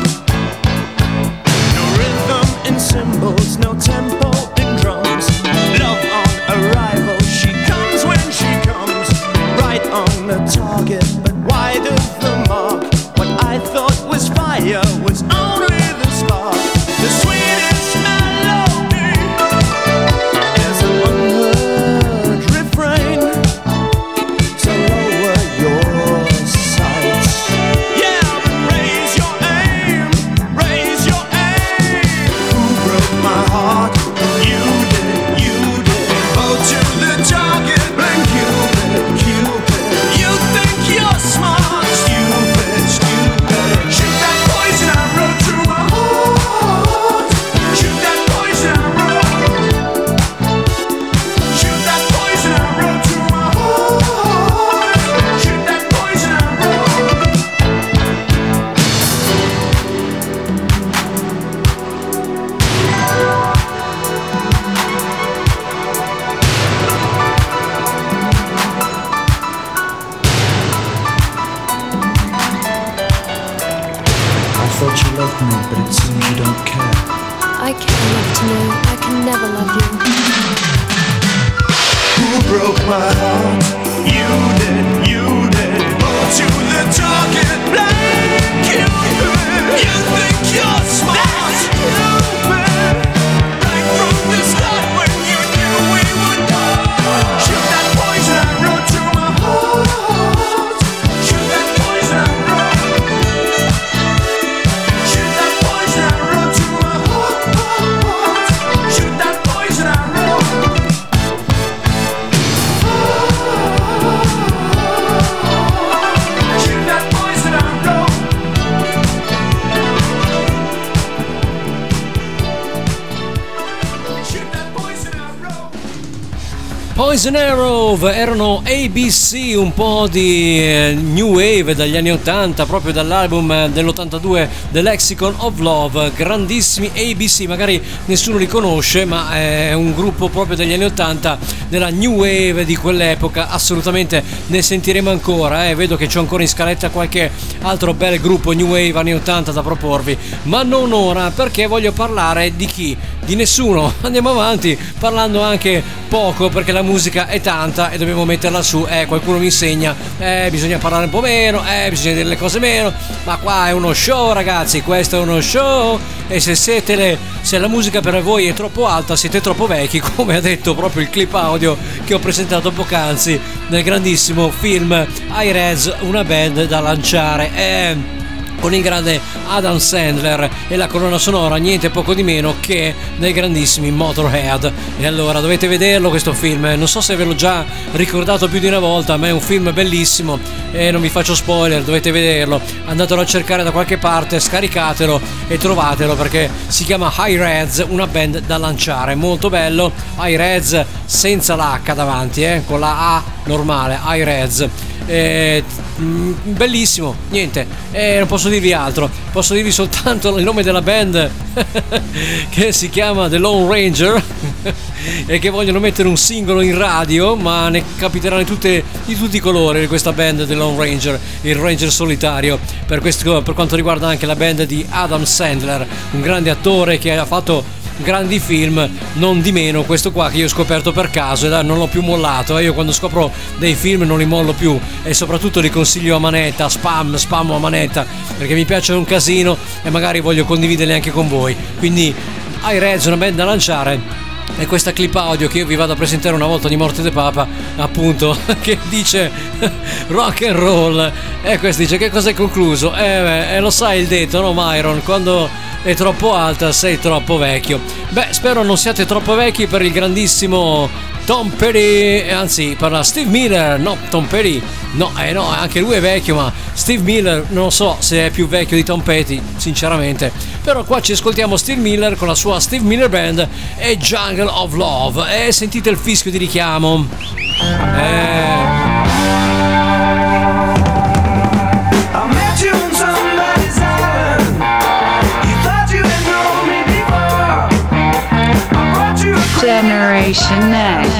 No rhythm in cymbals, no tempo in drums. Love on arrival, she comes when she comes. Right on the target, but wide of the mark. What I thought was fire was only the spark. The sweetest melody is an unheard refrain. So lower your sights. Yeah, but raise your aim, raise your aim. Who broke my heart? You did, you did. Oh, to the target, blank Cupid, Cupid. You think you're smart, stupid, stupid. Shoot that poison arrow through my heart. Shoot that poison arrow. Shoot that poison arrow through my heart. Shoot that poison arrow. I thought you loved me, but it seems you don't care. I care enough to know I can never love you. Who broke my heart? You did, you did. Oh, to the target, blank Cupid. You think you're smart, stupid. Right from the start when you knew we would part. Shoot that poison arrow through my heart. Shoot that poison arrow. Shoot that poison arrow through my heart. Shoot that poison arrow. Shoot that poison arrow. Shoot that poison arrow. Poison Arrow erano A B C, un po' di eh, new wave dagli anni ottanta, proprio dall'album eh, dell'ottantadue The Lexicon of Love. Grandissimi A B C, magari nessuno li conosce, ma è un gruppo proprio degli anni ottanta, della new wave di quell'epoca. Assolutamente ne sentiremo ancora, eh. Vedo che c'è ancora in scaletta qualche altro bel gruppo new wave anni ottanta da proporvi, ma non ora, perché voglio parlare di chi? Di nessuno. Andiamo avanti parlando anche poco, perché la musica è tanta e dobbiamo metterla su. Eh, qualcuno mi insegna, eh, bisogna parlare un po' meno, eh, bisogna dire le cose meno, ma qua è uno show, ragazzi, questo è uno show. E se siete le, se la musica per voi è troppo alta, siete troppo vecchi, come ha detto proprio il clip audio che ho presentato poc'anzi nel grandissimo film I-Rez, una band da lanciare. Eh, con il grande Adam Sandler e la colonna sonora niente poco di meno che dei grandissimi Motorhead. E allora dovete vederlo questo film, non so se ve l'ho già ricordato più di una volta, ma è un film bellissimo e non vi faccio spoiler, dovete vederlo, andatelo a cercare da qualche parte, scaricatelo e trovatelo, perché si chiama I-Rez, una band da lanciare, molto bello. I-Rez senza l'H davanti, eh, con la A normale, I-Rez. Eh, bellissimo, niente, eh, non posso dirvi altro, posso dirvi soltanto il nome della band che si chiama The Lone Ranger e che vogliono mettere un singolo in radio, ma ne capiteranno tutte, di tutti i colori di questa band The Lone Ranger, il Ranger solitario. Per, questo, per quanto riguarda anche la band di Adam Sandler, un grande attore che ha fatto grandi film, non di meno questo qua che io ho scoperto per caso e non l'ho più mollato. Io quando scopro dei film non li mollo più e soprattutto li consiglio a manetta, spam, spam a manetta, perché mi piacciono un casino e magari voglio condividerli anche con voi. Quindi I-Rez, una band da lanciare, e questa clip audio che io vi vado a presentare una volta di Morte de Papa, appunto, che dice rock and roll, e questo dice che cosa è concluso? Eh, beh, eh, lo sai il detto, no Myron? Quando è troppo alta sei troppo vecchio. Beh, spero non siate troppo vecchi per il grandissimo Tom Petty, anzi per la Steve Miller. No, Tom Petty no, eh no, anche lui è vecchio, ma Steve Miller non so se è più vecchio di Tom Petty, sinceramente. Però qua ci ascoltiamo Steve Miller con la sua Steve Miller Band e Jungle of Love, e sentite il fischio di richiamo. Eh I met you in somebody generation next.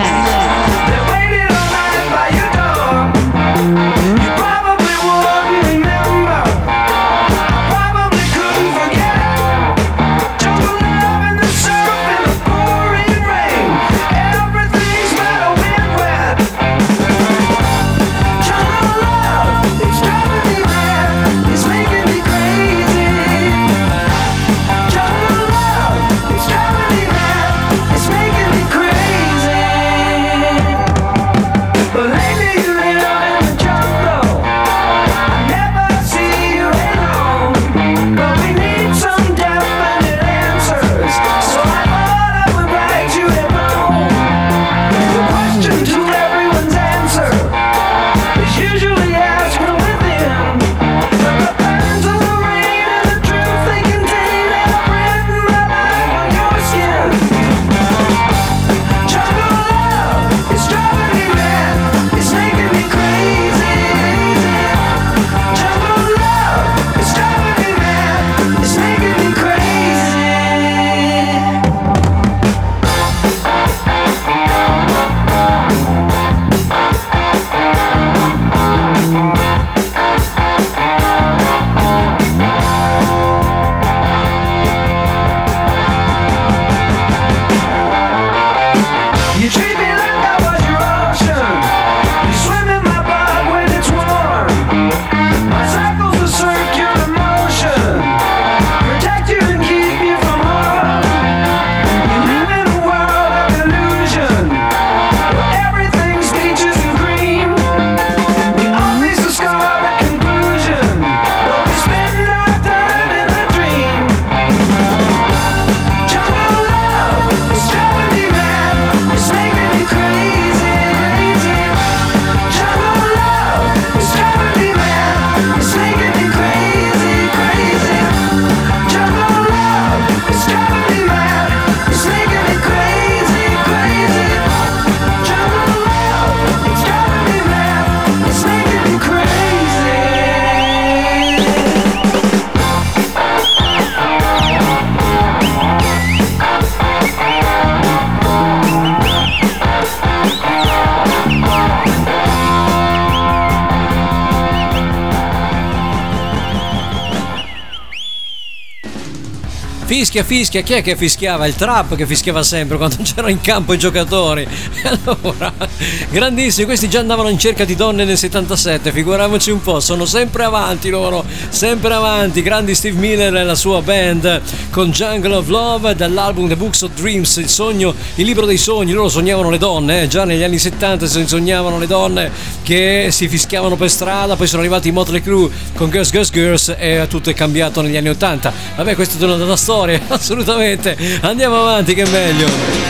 Fischia, fischia, chi è che fischiava? Il trap che fischiava sempre quando c'erano in campo i giocatori. Allora, grandissimi, questi già andavano in cerca di donne nel settantasette, figuriamoci un po', sono sempre avanti loro, sempre avanti, grandi Steve Miller e la sua band con Jungle of Love dall'album The Books of Dreams, il sogno, il libro dei sogni. Loro sognavano le donne, eh? Già negli anni settanta si sognavano le donne che si fischiavano per strada, poi sono arrivati i Motley Crue con Girls, Girls, Girls e tutto è cambiato negli anni ottanta. Vabbè, questa è una data storia. Assolutamente, andiamo avanti che è meglio.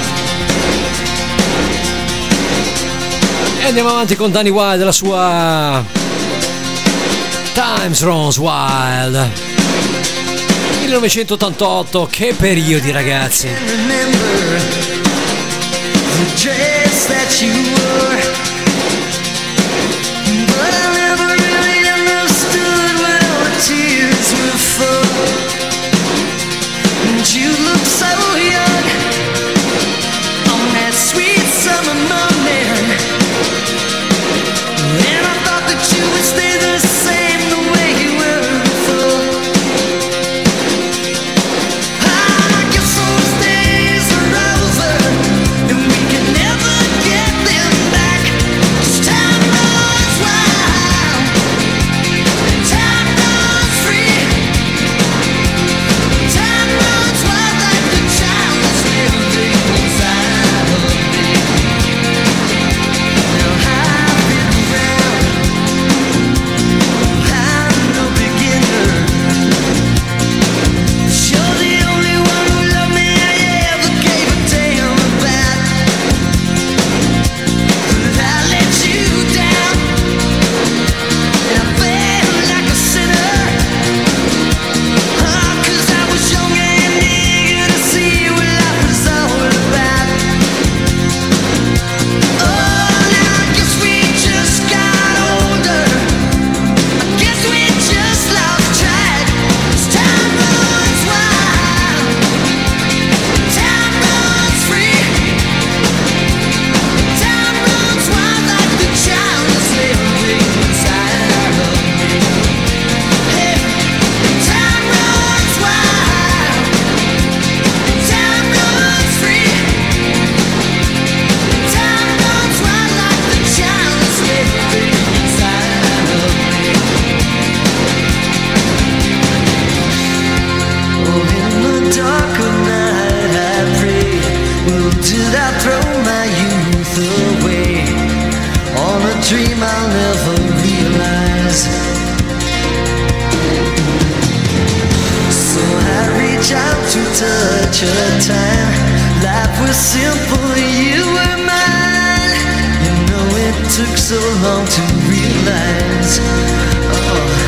E andiamo avanti con Danny Wilde e la sua Times Runs Wild, millenovecentottantotto. Che periodi, ragazzi. You look so young on that sweet summer morning, and I thought that you would stay the same the way you were before. I guess those days are over, and we can never get them back. dark of night I pray, well, did I throw my youth away on a dream I'll never realize? So I reach out to touch a time life was simple, you were mine. You know it took so long to realize. Oh.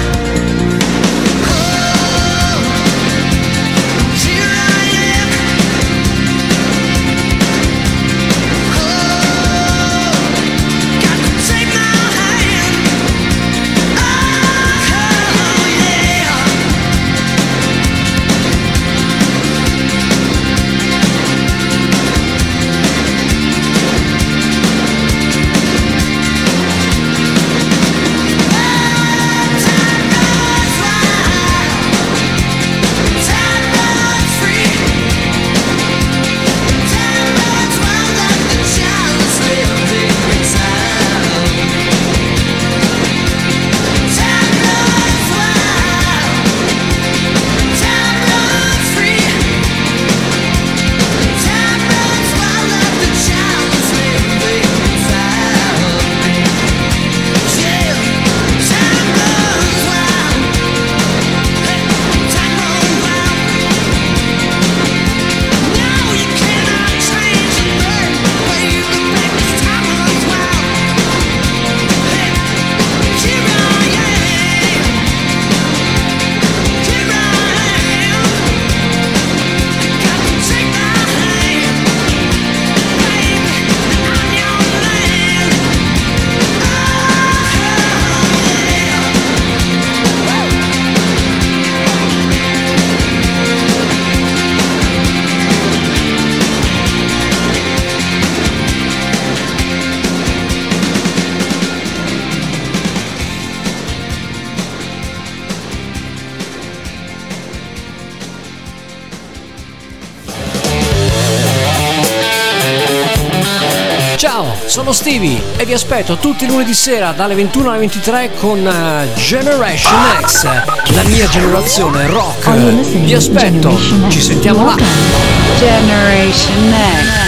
Ciao, sono Stevie e vi aspetto tutti i lunedì sera dalle ventuno alle ventitré con uh, Generation X, la mia generazione rock. Vi aspetto, ci sentiamo là. Generation X.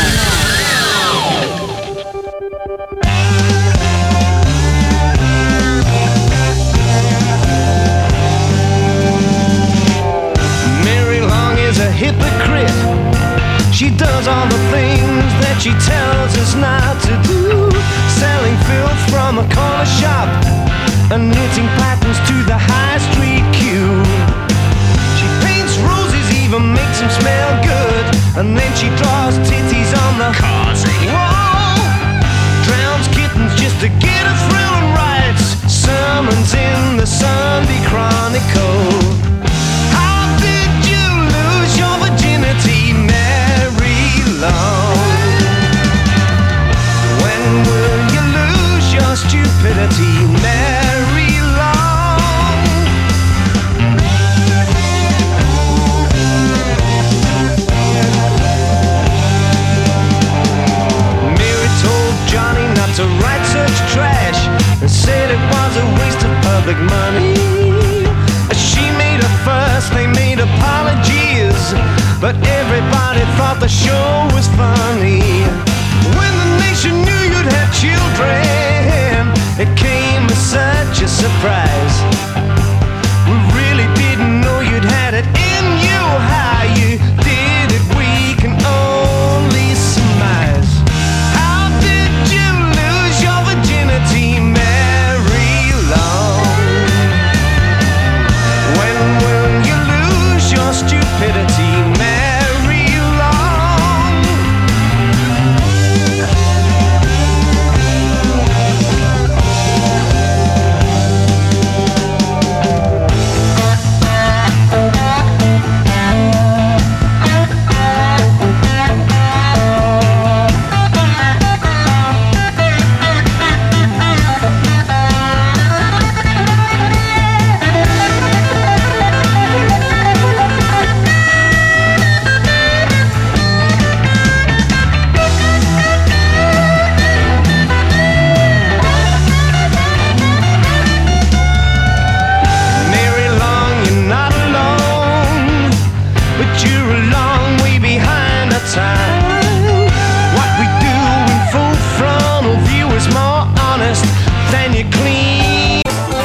She does all the things that she tells us not to do. Selling filth from a corner shop and knitting patterns to the high street queue. She paints roses, even makes them smell good, and then she draws titties on the causing wall. Drowns kittens just to get a thrill and writes sermons in the Sunday Chronicle. How did you lose your virginity, when will you lose your stupidity, Mary Long? Mary told Johnny not to write such trash and said it was a waste of public money. She made a fuss, they made apologies, but everybody thought the show was funny. When the nation knew you'd have children, it came as such a surprise. We really didn't know you'd had it in you. How you did it, we can only surmise. How did you lose your virginity, Mary Long? When will you lose your stupidity, Mary Long? you're a long way behind the time. What we do in full frontal view is more honest than you clean.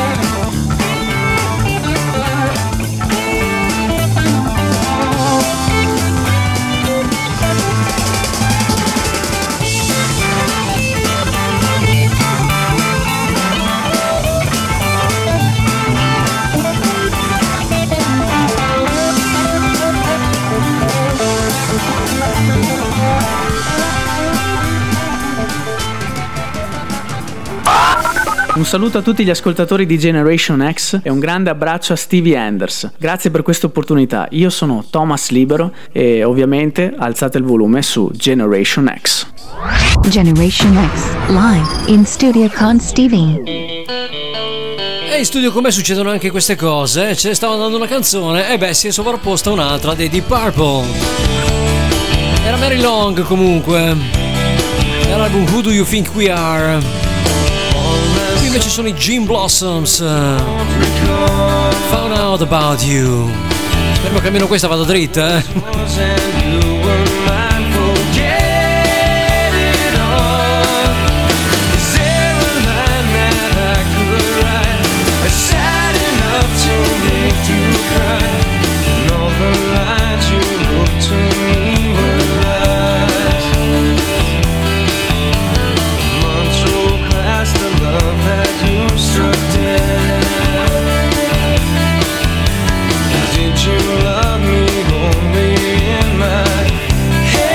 Un saluto a tutti gli ascoltatori di Generation X e un grande abbraccio a Stevie Anders. Grazie per questa opportunità. Io sono Thomas Libero e ovviamente alzate il volume su Generation X. Generation X, live in studio con Stevie. E in studio con me succedono anche queste cose. Ce ne stava dando una canzone e beh, si è sovrapposta un'altra dei Deep Purple. Era Mary Long comunque. Era l'album Who Do You Think We Are. Qui invece sono i Gin Blossoms. Found Out About You. Spero che almeno questa vada dritta, eh. Did you love me only in my head?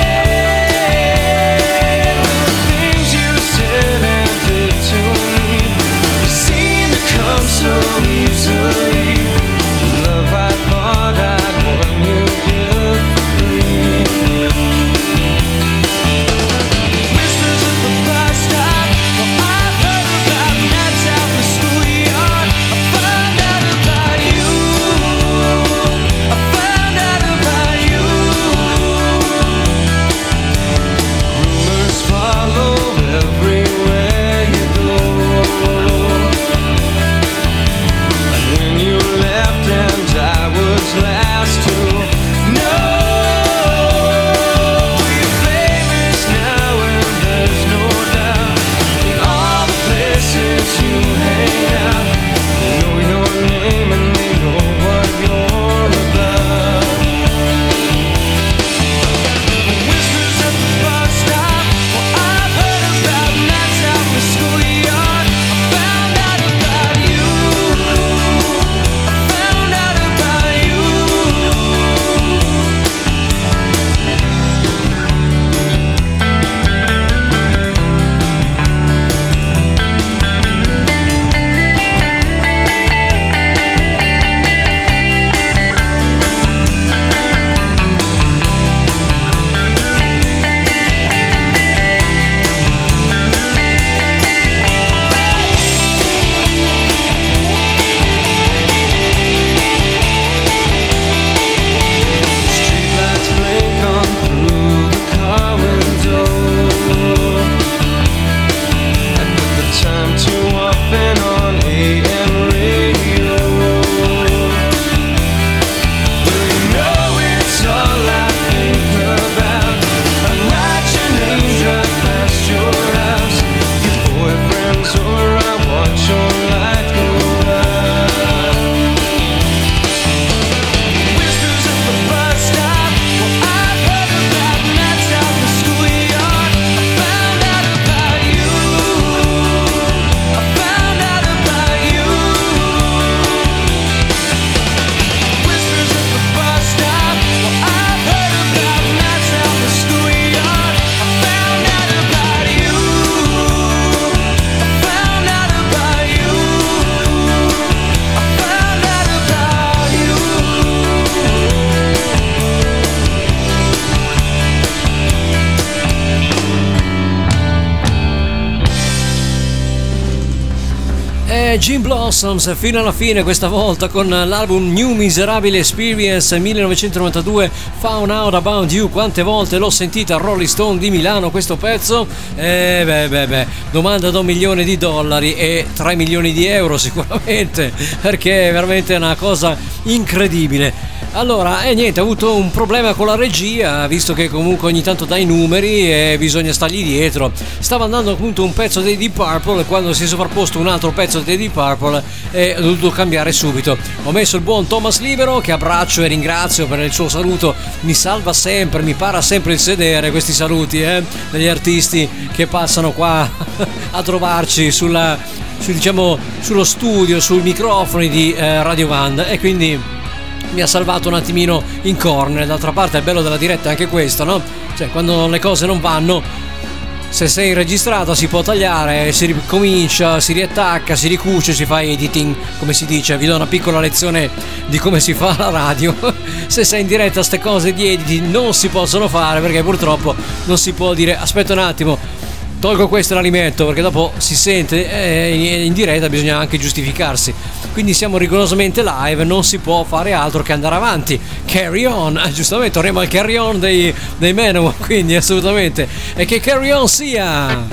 Gin Blossoms fino alla fine, questa volta con l'album New Miserable Experience millenovecentonovantadue, Found Out About You. Quante volte l'ho sentita a Rolling Stone di Milano questo pezzo? Eh beh beh beh, domanda da un milione di dollari e tre milioni di euro sicuramente, perché è veramente una cosa incredibile. Allora, e eh, niente, ho avuto un problema con la regia, visto che comunque ogni tanto dai numeri e bisogna stargli dietro. Stava andando appunto un pezzo dei Deep Purple e quando si è sovrapposto un altro pezzo dei Deep Purple eh, ho dovuto cambiare subito. Ho messo il buon Thomas Libero, che abbraccio e ringrazio per il suo saluto. Mi salva sempre, mi para sempre il sedere questi saluti eh, degli artisti che passano qua a trovarci sulla, su, diciamo, sullo studio, sui microfoni di eh, Radio Vanda, e quindi mi ha salvato un attimino in corner. D'altra parte il bello della diretta è anche questo, no? Cioè, quando le cose non vanno, se sei registrata si può tagliare, si ricomincia, si riattacca, si ricuce, si fa editing, come si dice. Vi do una piccola lezione di come si fa la radio. Se sei in diretta, ste cose di editing non si possono fare, perché purtroppo non si può dire aspetta un attimo, tolgo questo e l'alimento, perché dopo si sente eh, in diretta, bisogna anche giustificarsi. Quindi siamo rigorosamente live, non si può fare altro che andare avanti. Carry on, eh, giustamente torniamo al carry on dei, dei Manowar, quindi assolutamente. E che carry on sia!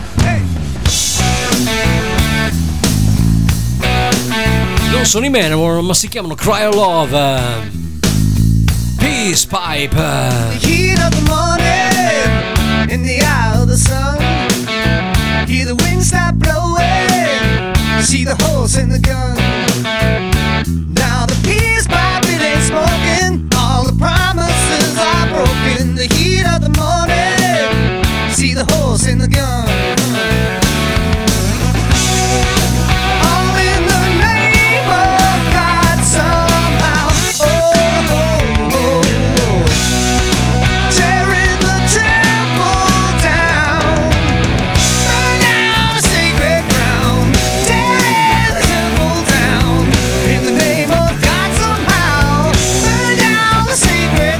Non sono i Manowar, ma si chiamano Cry of Love. Peace Pipe. The heat of the morning, in the eye of the sun. Hear the wind stop blowing, see the holes in the gun. Now the peace pipe it ain't smoking, all the promises are broken. The heat of the morning, see the holes in the gun. All in the name of God somehow. Oh, oh, oh, oh. Tearing the temple down. Burn down the sacred ground. Tear the temple down. In the name of God somehow. Burn down the sacred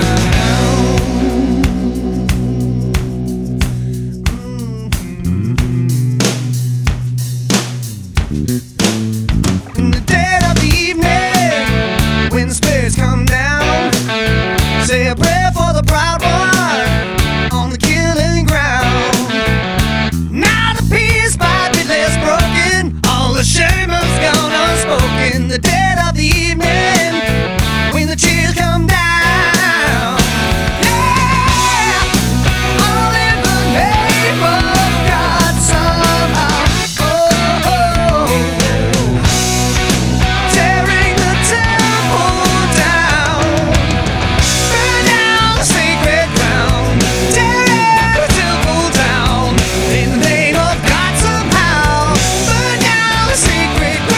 in the dead of the evening, when the spirits come down, say a prayer for the proud one on the killing ground. Now the peace pipe it lays broken, all the shame has gone unspoken. The dead of the evening, when the cheers come down. Yeah, all in the name of God somehow. Oh, oh, oh. Tearing the temple down. Burn down the sacred ground. Tear the temple down. In the name of God somehow. Burn down the sacred ground.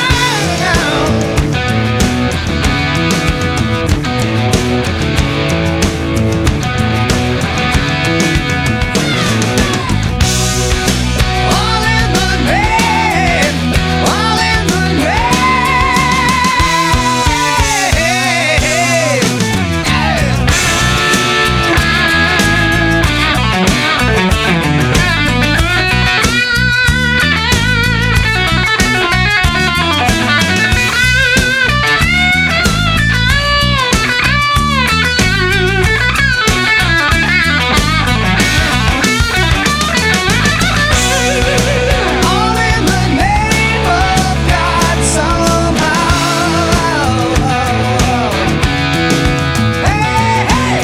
All in the name, all in the name. All in the name of God somehow. Hey, hey,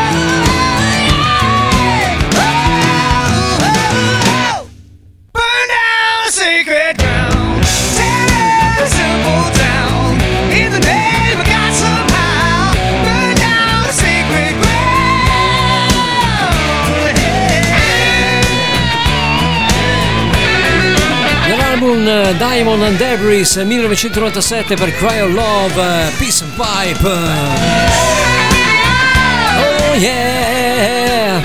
burn down the sacred ground. Tear the temple down. In the name of God somehow. Burn down the sacred ground. Nell'album eh, Diamond and Debris millenovecentonovantasette per Cry of Love, eh, Peace and Pipe. Oh yeah!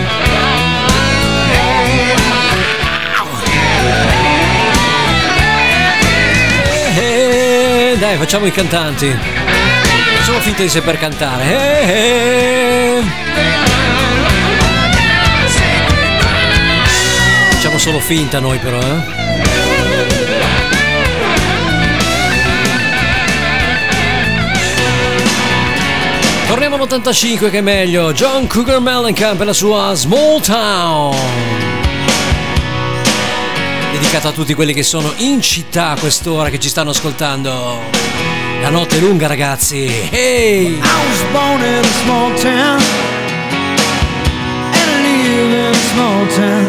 Eh, eh, dai, facciamo i cantanti. Facciamo finta di saper cantare. Eh, eh. Facciamo solo finta noi però, eh. Torniamo all'ottantacinque che è meglio. John Cougar Mellencamp e la sua Small Town. Dedicata a tutti quelli che sono in città a quest'ora, che ci stanno ascoltando. La notte è lunga, ragazzi. Hey! I was born in a small town and I live in a small town.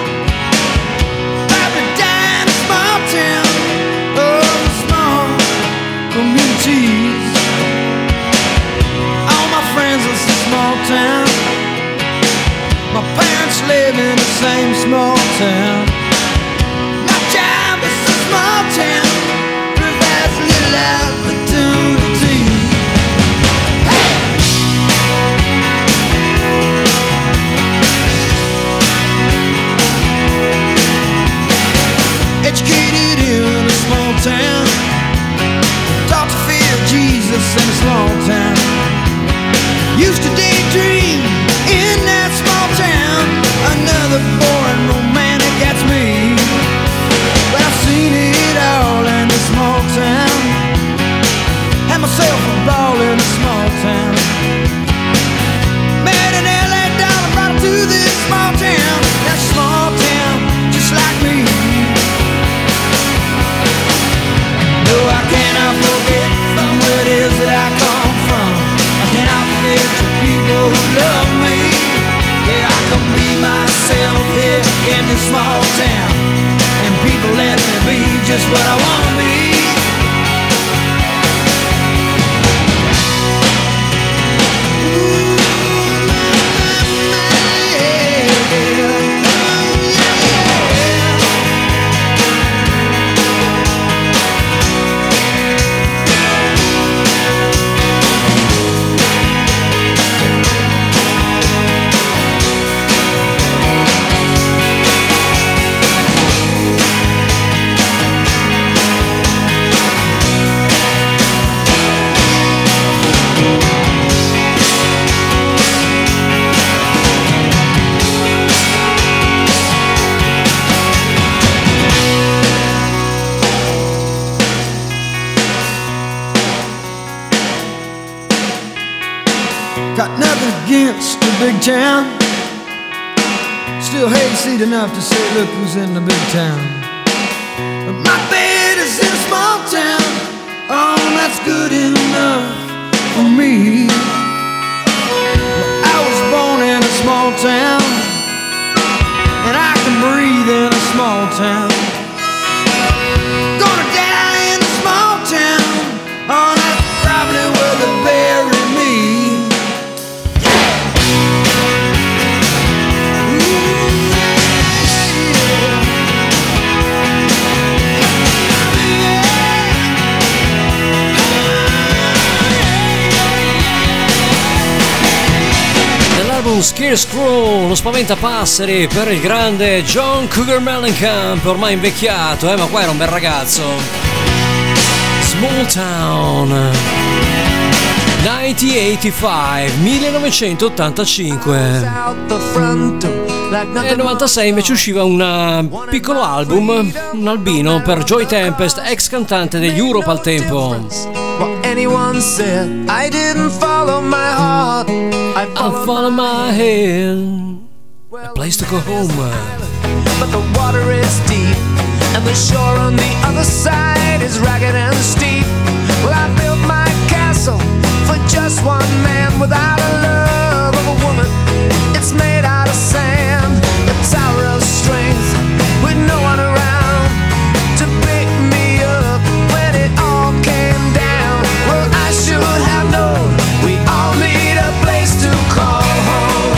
Papa died in a small town. Oh, small communities. All my friends live in a small town. My parents live in the same small town. My job is a small town. Provides little opportunity. Hey! Educated in a small town. Taught to fear Jesus in a small town. Used to daydream in that small town. Another boring romantic, that's me. But I've seen it all in a small town. Had myself a ball in a small town. Met an L A dollar, brought her to this small town. That small town, just like me. No, I cannot forget from where it is that I come from. I cannot forget the people who love me. Yeah, I can be myself here in this small town, and people let me be just what I wanna be. Got nothing against the big town. Still hayseed enough to say, look who's in the big town. But my bed is in a small town. Oh, that's good enough for me. Well, I was born in a small town, and I can breathe in a small town. Gonna die in a small town. Oh, that's probably where they bury me. Nell'album Scarecrow, lo spaventapasseri per il grande John Cougar Mellencamp, ormai invecchiato, eh, ma qua era un bel ragazzo. Small Town millenovecentottantacinque. Nel novantasei invece usciva un piccolo album, un albino per Joy Tempest, ex cantante degli Europe al tempo. Well, anyone said I didn't follow my heart. I I'll follow my head. A place to go home. But the water is deep, and the shore on the other side is ragged and steep. Well, I built my castle for just one man, without a love of a woman. It's made out of sand, a tower of strength, with no one around to pick me up when it all came down. Well, I should have known we all need a place to call home.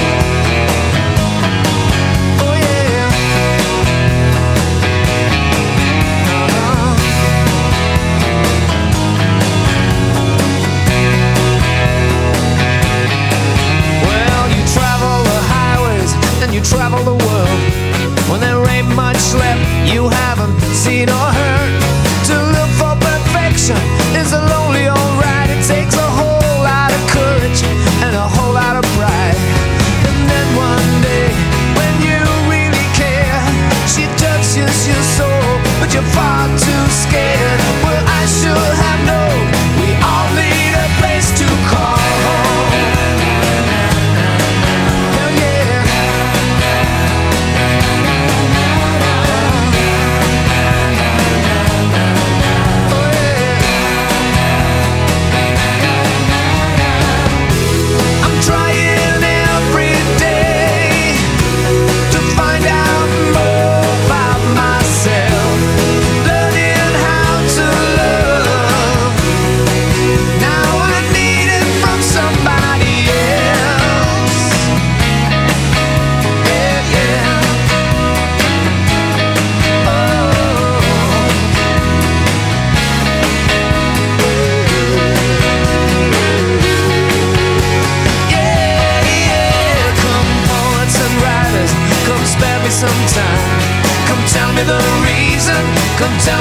Oh yeah. Uh-huh.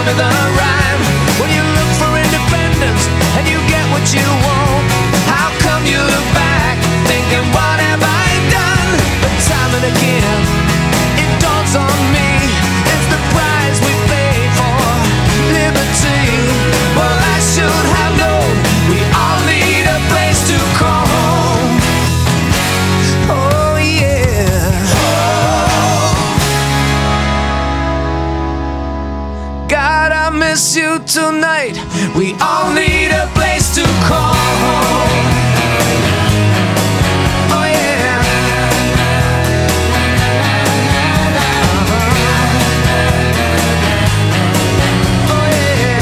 me the rhyme. When you look for independence and you get what you want, how come you look back thinking, what have I done? But time and again, it dawns on me, it's the price we pay for liberty. Well, I should have known we all need a place to call home. Oh yeah. God, I miss you tonight. We all need a place to call home. Oh yeah. Oh yeah.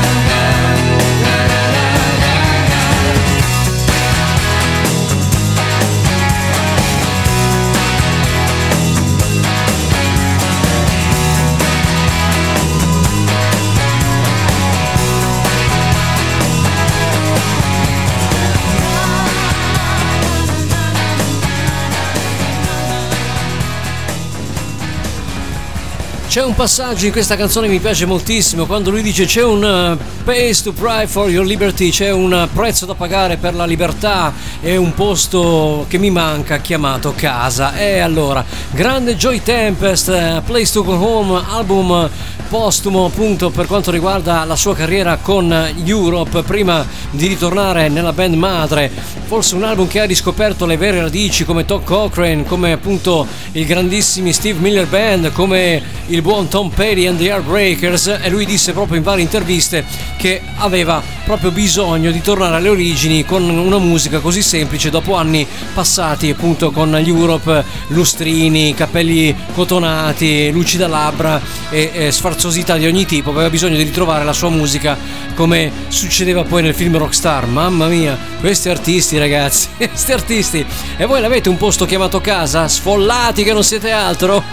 C'è un passaggio in questa canzone che mi piace moltissimo, quando lui dice c'è un uh, place to pay for your liberty, c'è un prezzo da pagare per la libertà e un posto che mi manca chiamato casa. E allora, grande Joy Tempest, uh, Place to Go Home, album postumo appunto per quanto riguarda la sua carriera con Europe, prima di ritornare nella band madre. Forse un album che ha riscoperto le vere radici, come Todd Cochrane, come appunto il grandissimi Steve Miller Band, come il buon Tom Petty and the Heartbreakers. E lui disse proprio in varie interviste che aveva proprio bisogno di tornare alle origini con una musica così semplice dopo anni passati appunto con Europe, lustrini, capelli cotonati, lucida labbra e, e sfarzosità di ogni tipo. Aveva bisogno di ritrovare la sua musica, come succedeva poi nel film Rockstar. Mamma mia, questi artisti, ragazzi, questi artisti. E voi l'avete un posto chiamato casa? Sfollati che non siete altro?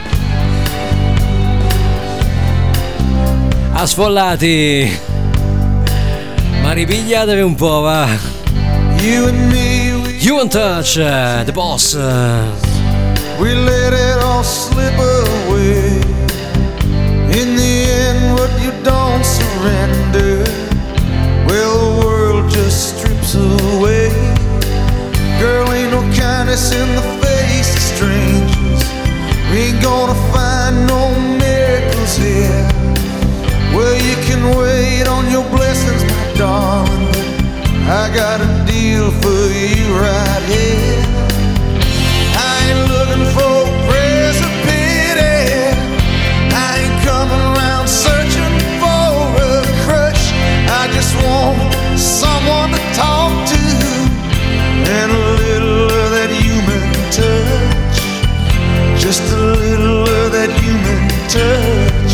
A sfollati, ma ripigliatevi un po', va. You and me, we You and Touch, uh, The Boss. We let it all slip away. In the end, what you don't surrender, well, the world just strips away. Girl, ain't no kindness in the face of strangers. We ain't gonna find no miracles here. Well, you can wait on your blessings, my darling, but I got a deal for you right here. I ain't looking for prayers of pity. I ain't coming around searching for a crutch. I just want someone to talk to and a little of that human touch. Just a little of that human touch.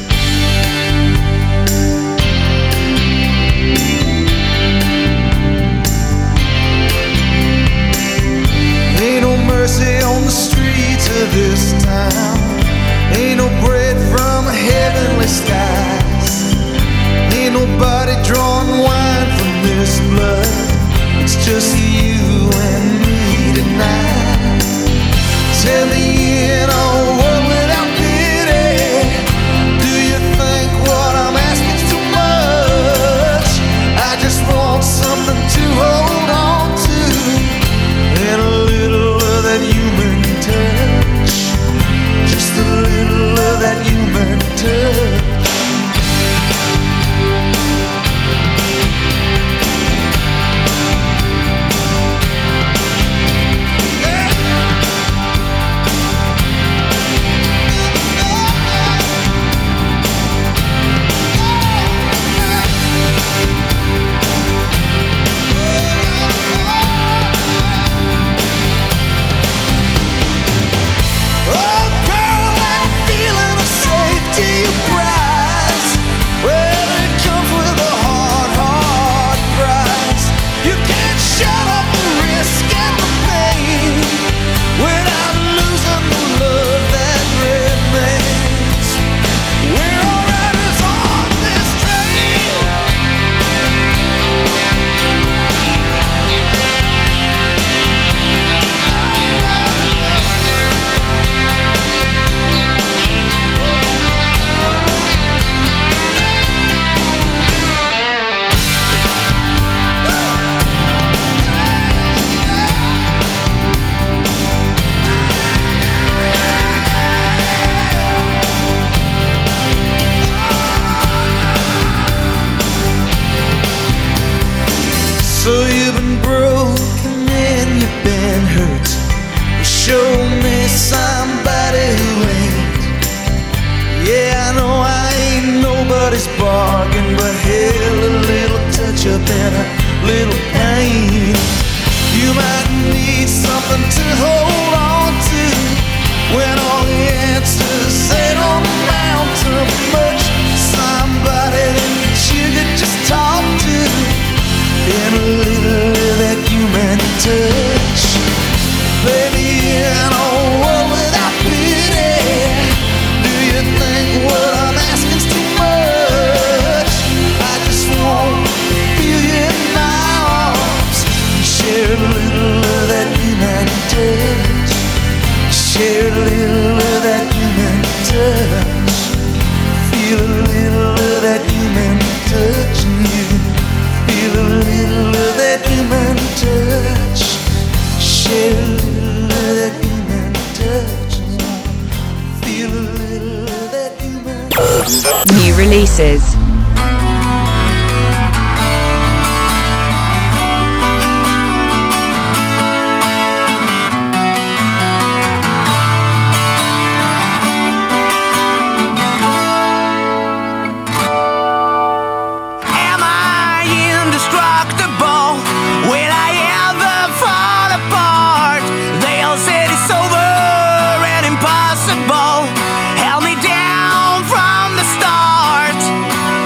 Ain't no mercy on the streets of this town. Ain't no bread from heavenly skies. Ain't nobody drawing wine from this blood. It's just you and me tonight. Tell me in a world without pity, do you think what I'm asking too much? I just want something to hold on to and a little of that human touch. Just a little of that human touch. little pain. You might need something to hold on to when all the answers they don't amount to much. Somebody that you could just talk to in a little of that human touch. Baby, in a world without pity, do you think what I'm asking's too much? I just want to feel you in my arms, share a little of that human touch, share a little of that human touch, feel a little of that human touch in you, feel a little of that human touch, share a little of that human touch, feel a little of that human touch. New releases. Am I indestructible? Will I ever fall apart? They all said it's over and impossible. Held me down from the start.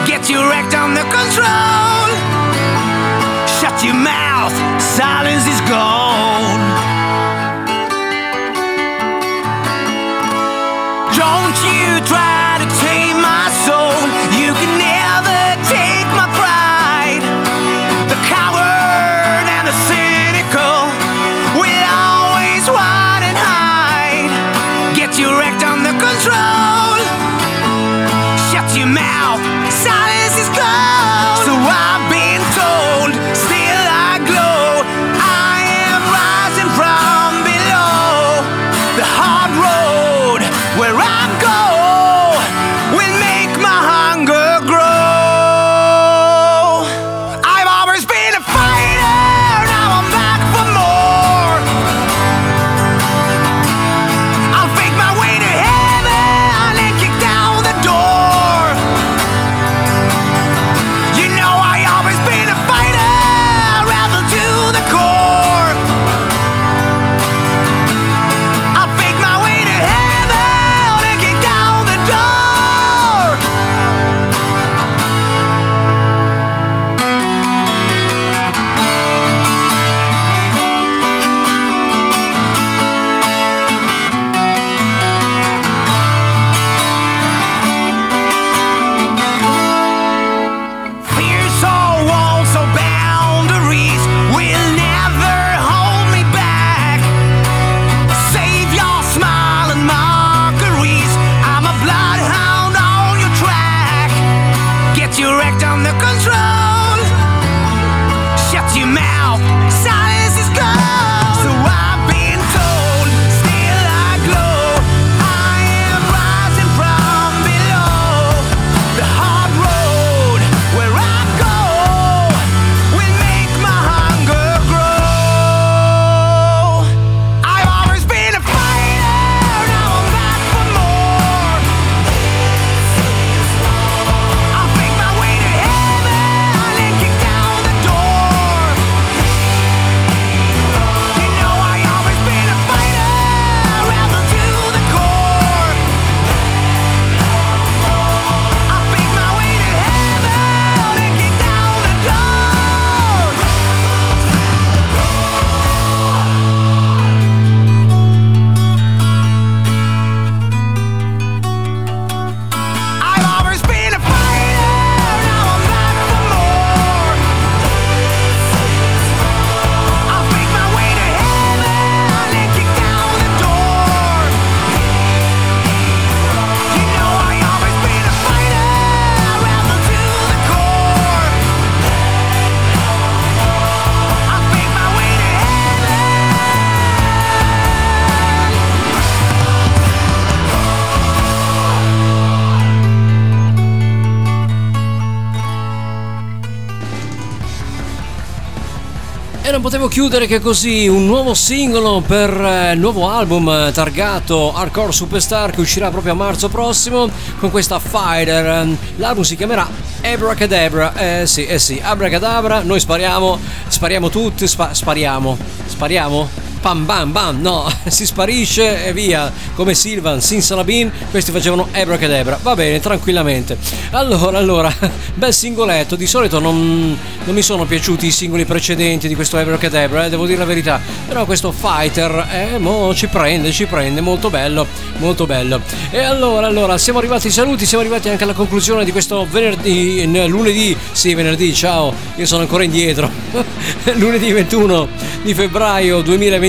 non potevo chiudere che così, un nuovo singolo per eh, il nuovo album targato Hardcore Superstar che uscirà proprio a marzo prossimo con questa Fighter. L'album si chiamerà Abracadabra, eh sì, eh sì, Abracadabra, noi spariamo, spariamo tutti, spa- spariamo, spariamo? Pam bam bam, no, si sparisce e via, come Sylvan, Sinsalabin, questi facevano Abracadabra, va bene, tranquillamente. Allora, allora, bel singoletto, di solito non, non mi sono piaciuti i singoli precedenti di questo Abracadabra, eh, devo dire la verità, però questo Fighter, eh, mo ci prende, ci prende, molto bello, molto bello. E allora, allora, siamo arrivati ai saluti, siamo arrivati anche alla conclusione di questo venerdì, lunedì, sì, venerdì, ciao, io sono ancora indietro, lunedì ventuno di febbraio duemilaventidue.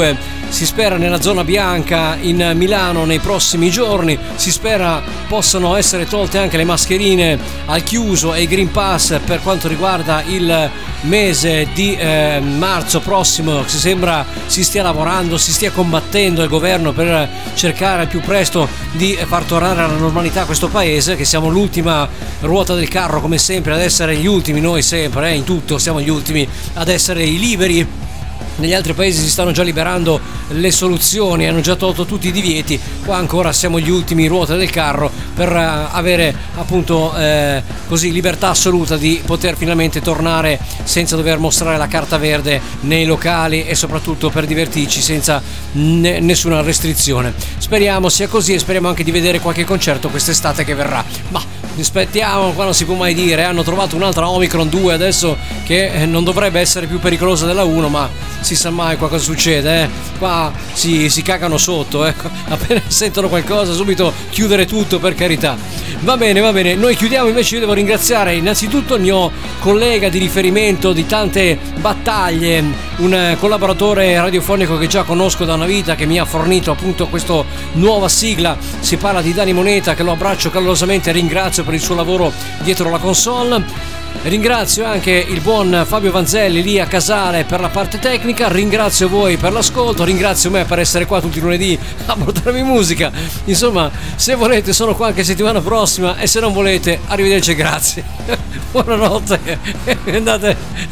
Si spera nella zona bianca in Milano nei prossimi giorni, si spera possano essere tolte anche le mascherine al chiuso e i Green Pass per quanto riguarda il mese di eh, marzo prossimo. Si sembra si stia lavorando, si stia combattendo il governo per cercare al più presto di far tornare alla normalità questo paese, che siamo l'ultima ruota del carro come sempre ad essere gli ultimi, noi sempre, eh, in tutto siamo gli ultimi ad essere i liberi. Negli altri paesi si stanno già liberando le soluzioni, hanno già tolto tutti i divieti, qua ancora siamo gli ultimi ruote del carro per uh, avere appunto eh, così libertà assoluta di poter finalmente tornare senza dover mostrare la carta verde nei locali e soprattutto per divertirci senza ne- nessuna restrizione. Speriamo sia così e speriamo anche di vedere qualche concerto quest'estate che verrà. Ma aspettiamo, qua non si può mai dire, hanno trovato un'altra Omicron due adesso che non dovrebbe essere più pericolosa della uno, ma si sa mai qualcosa succede, eh? Qua si, si cagano sotto, eh? Appena sentono qualcosa subito chiudere tutto, per carità. Va bene, va bene, noi chiudiamo. Invece io devo ringraziare innanzitutto il mio collega di riferimento di tante battaglie, un collaboratore radiofonico che già conosco da una vita, che mi ha fornito appunto questa nuova sigla. Si parla di Dani Moneta, che lo abbraccio calorosamente e ringrazio per il suo lavoro dietro la console. Ringrazio anche il buon Fabio Vanzelli lì a Casale per la parte tecnica, ringrazio voi per l'ascolto, ringrazio me per essere qua tutti i lunedì a portarvi musica. Insomma, se volete sono qua anche settimana prossima e se non volete, arrivederci e grazie. Buonanotte e andate,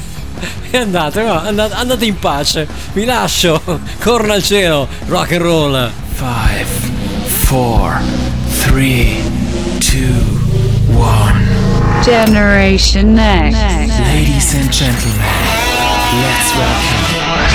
e andate, no, andate, andate in pace, vi lascio, corna al cielo, rock and roll. five, four, three, two, one. Generation Next. Ladies and gentlemen, let's welcome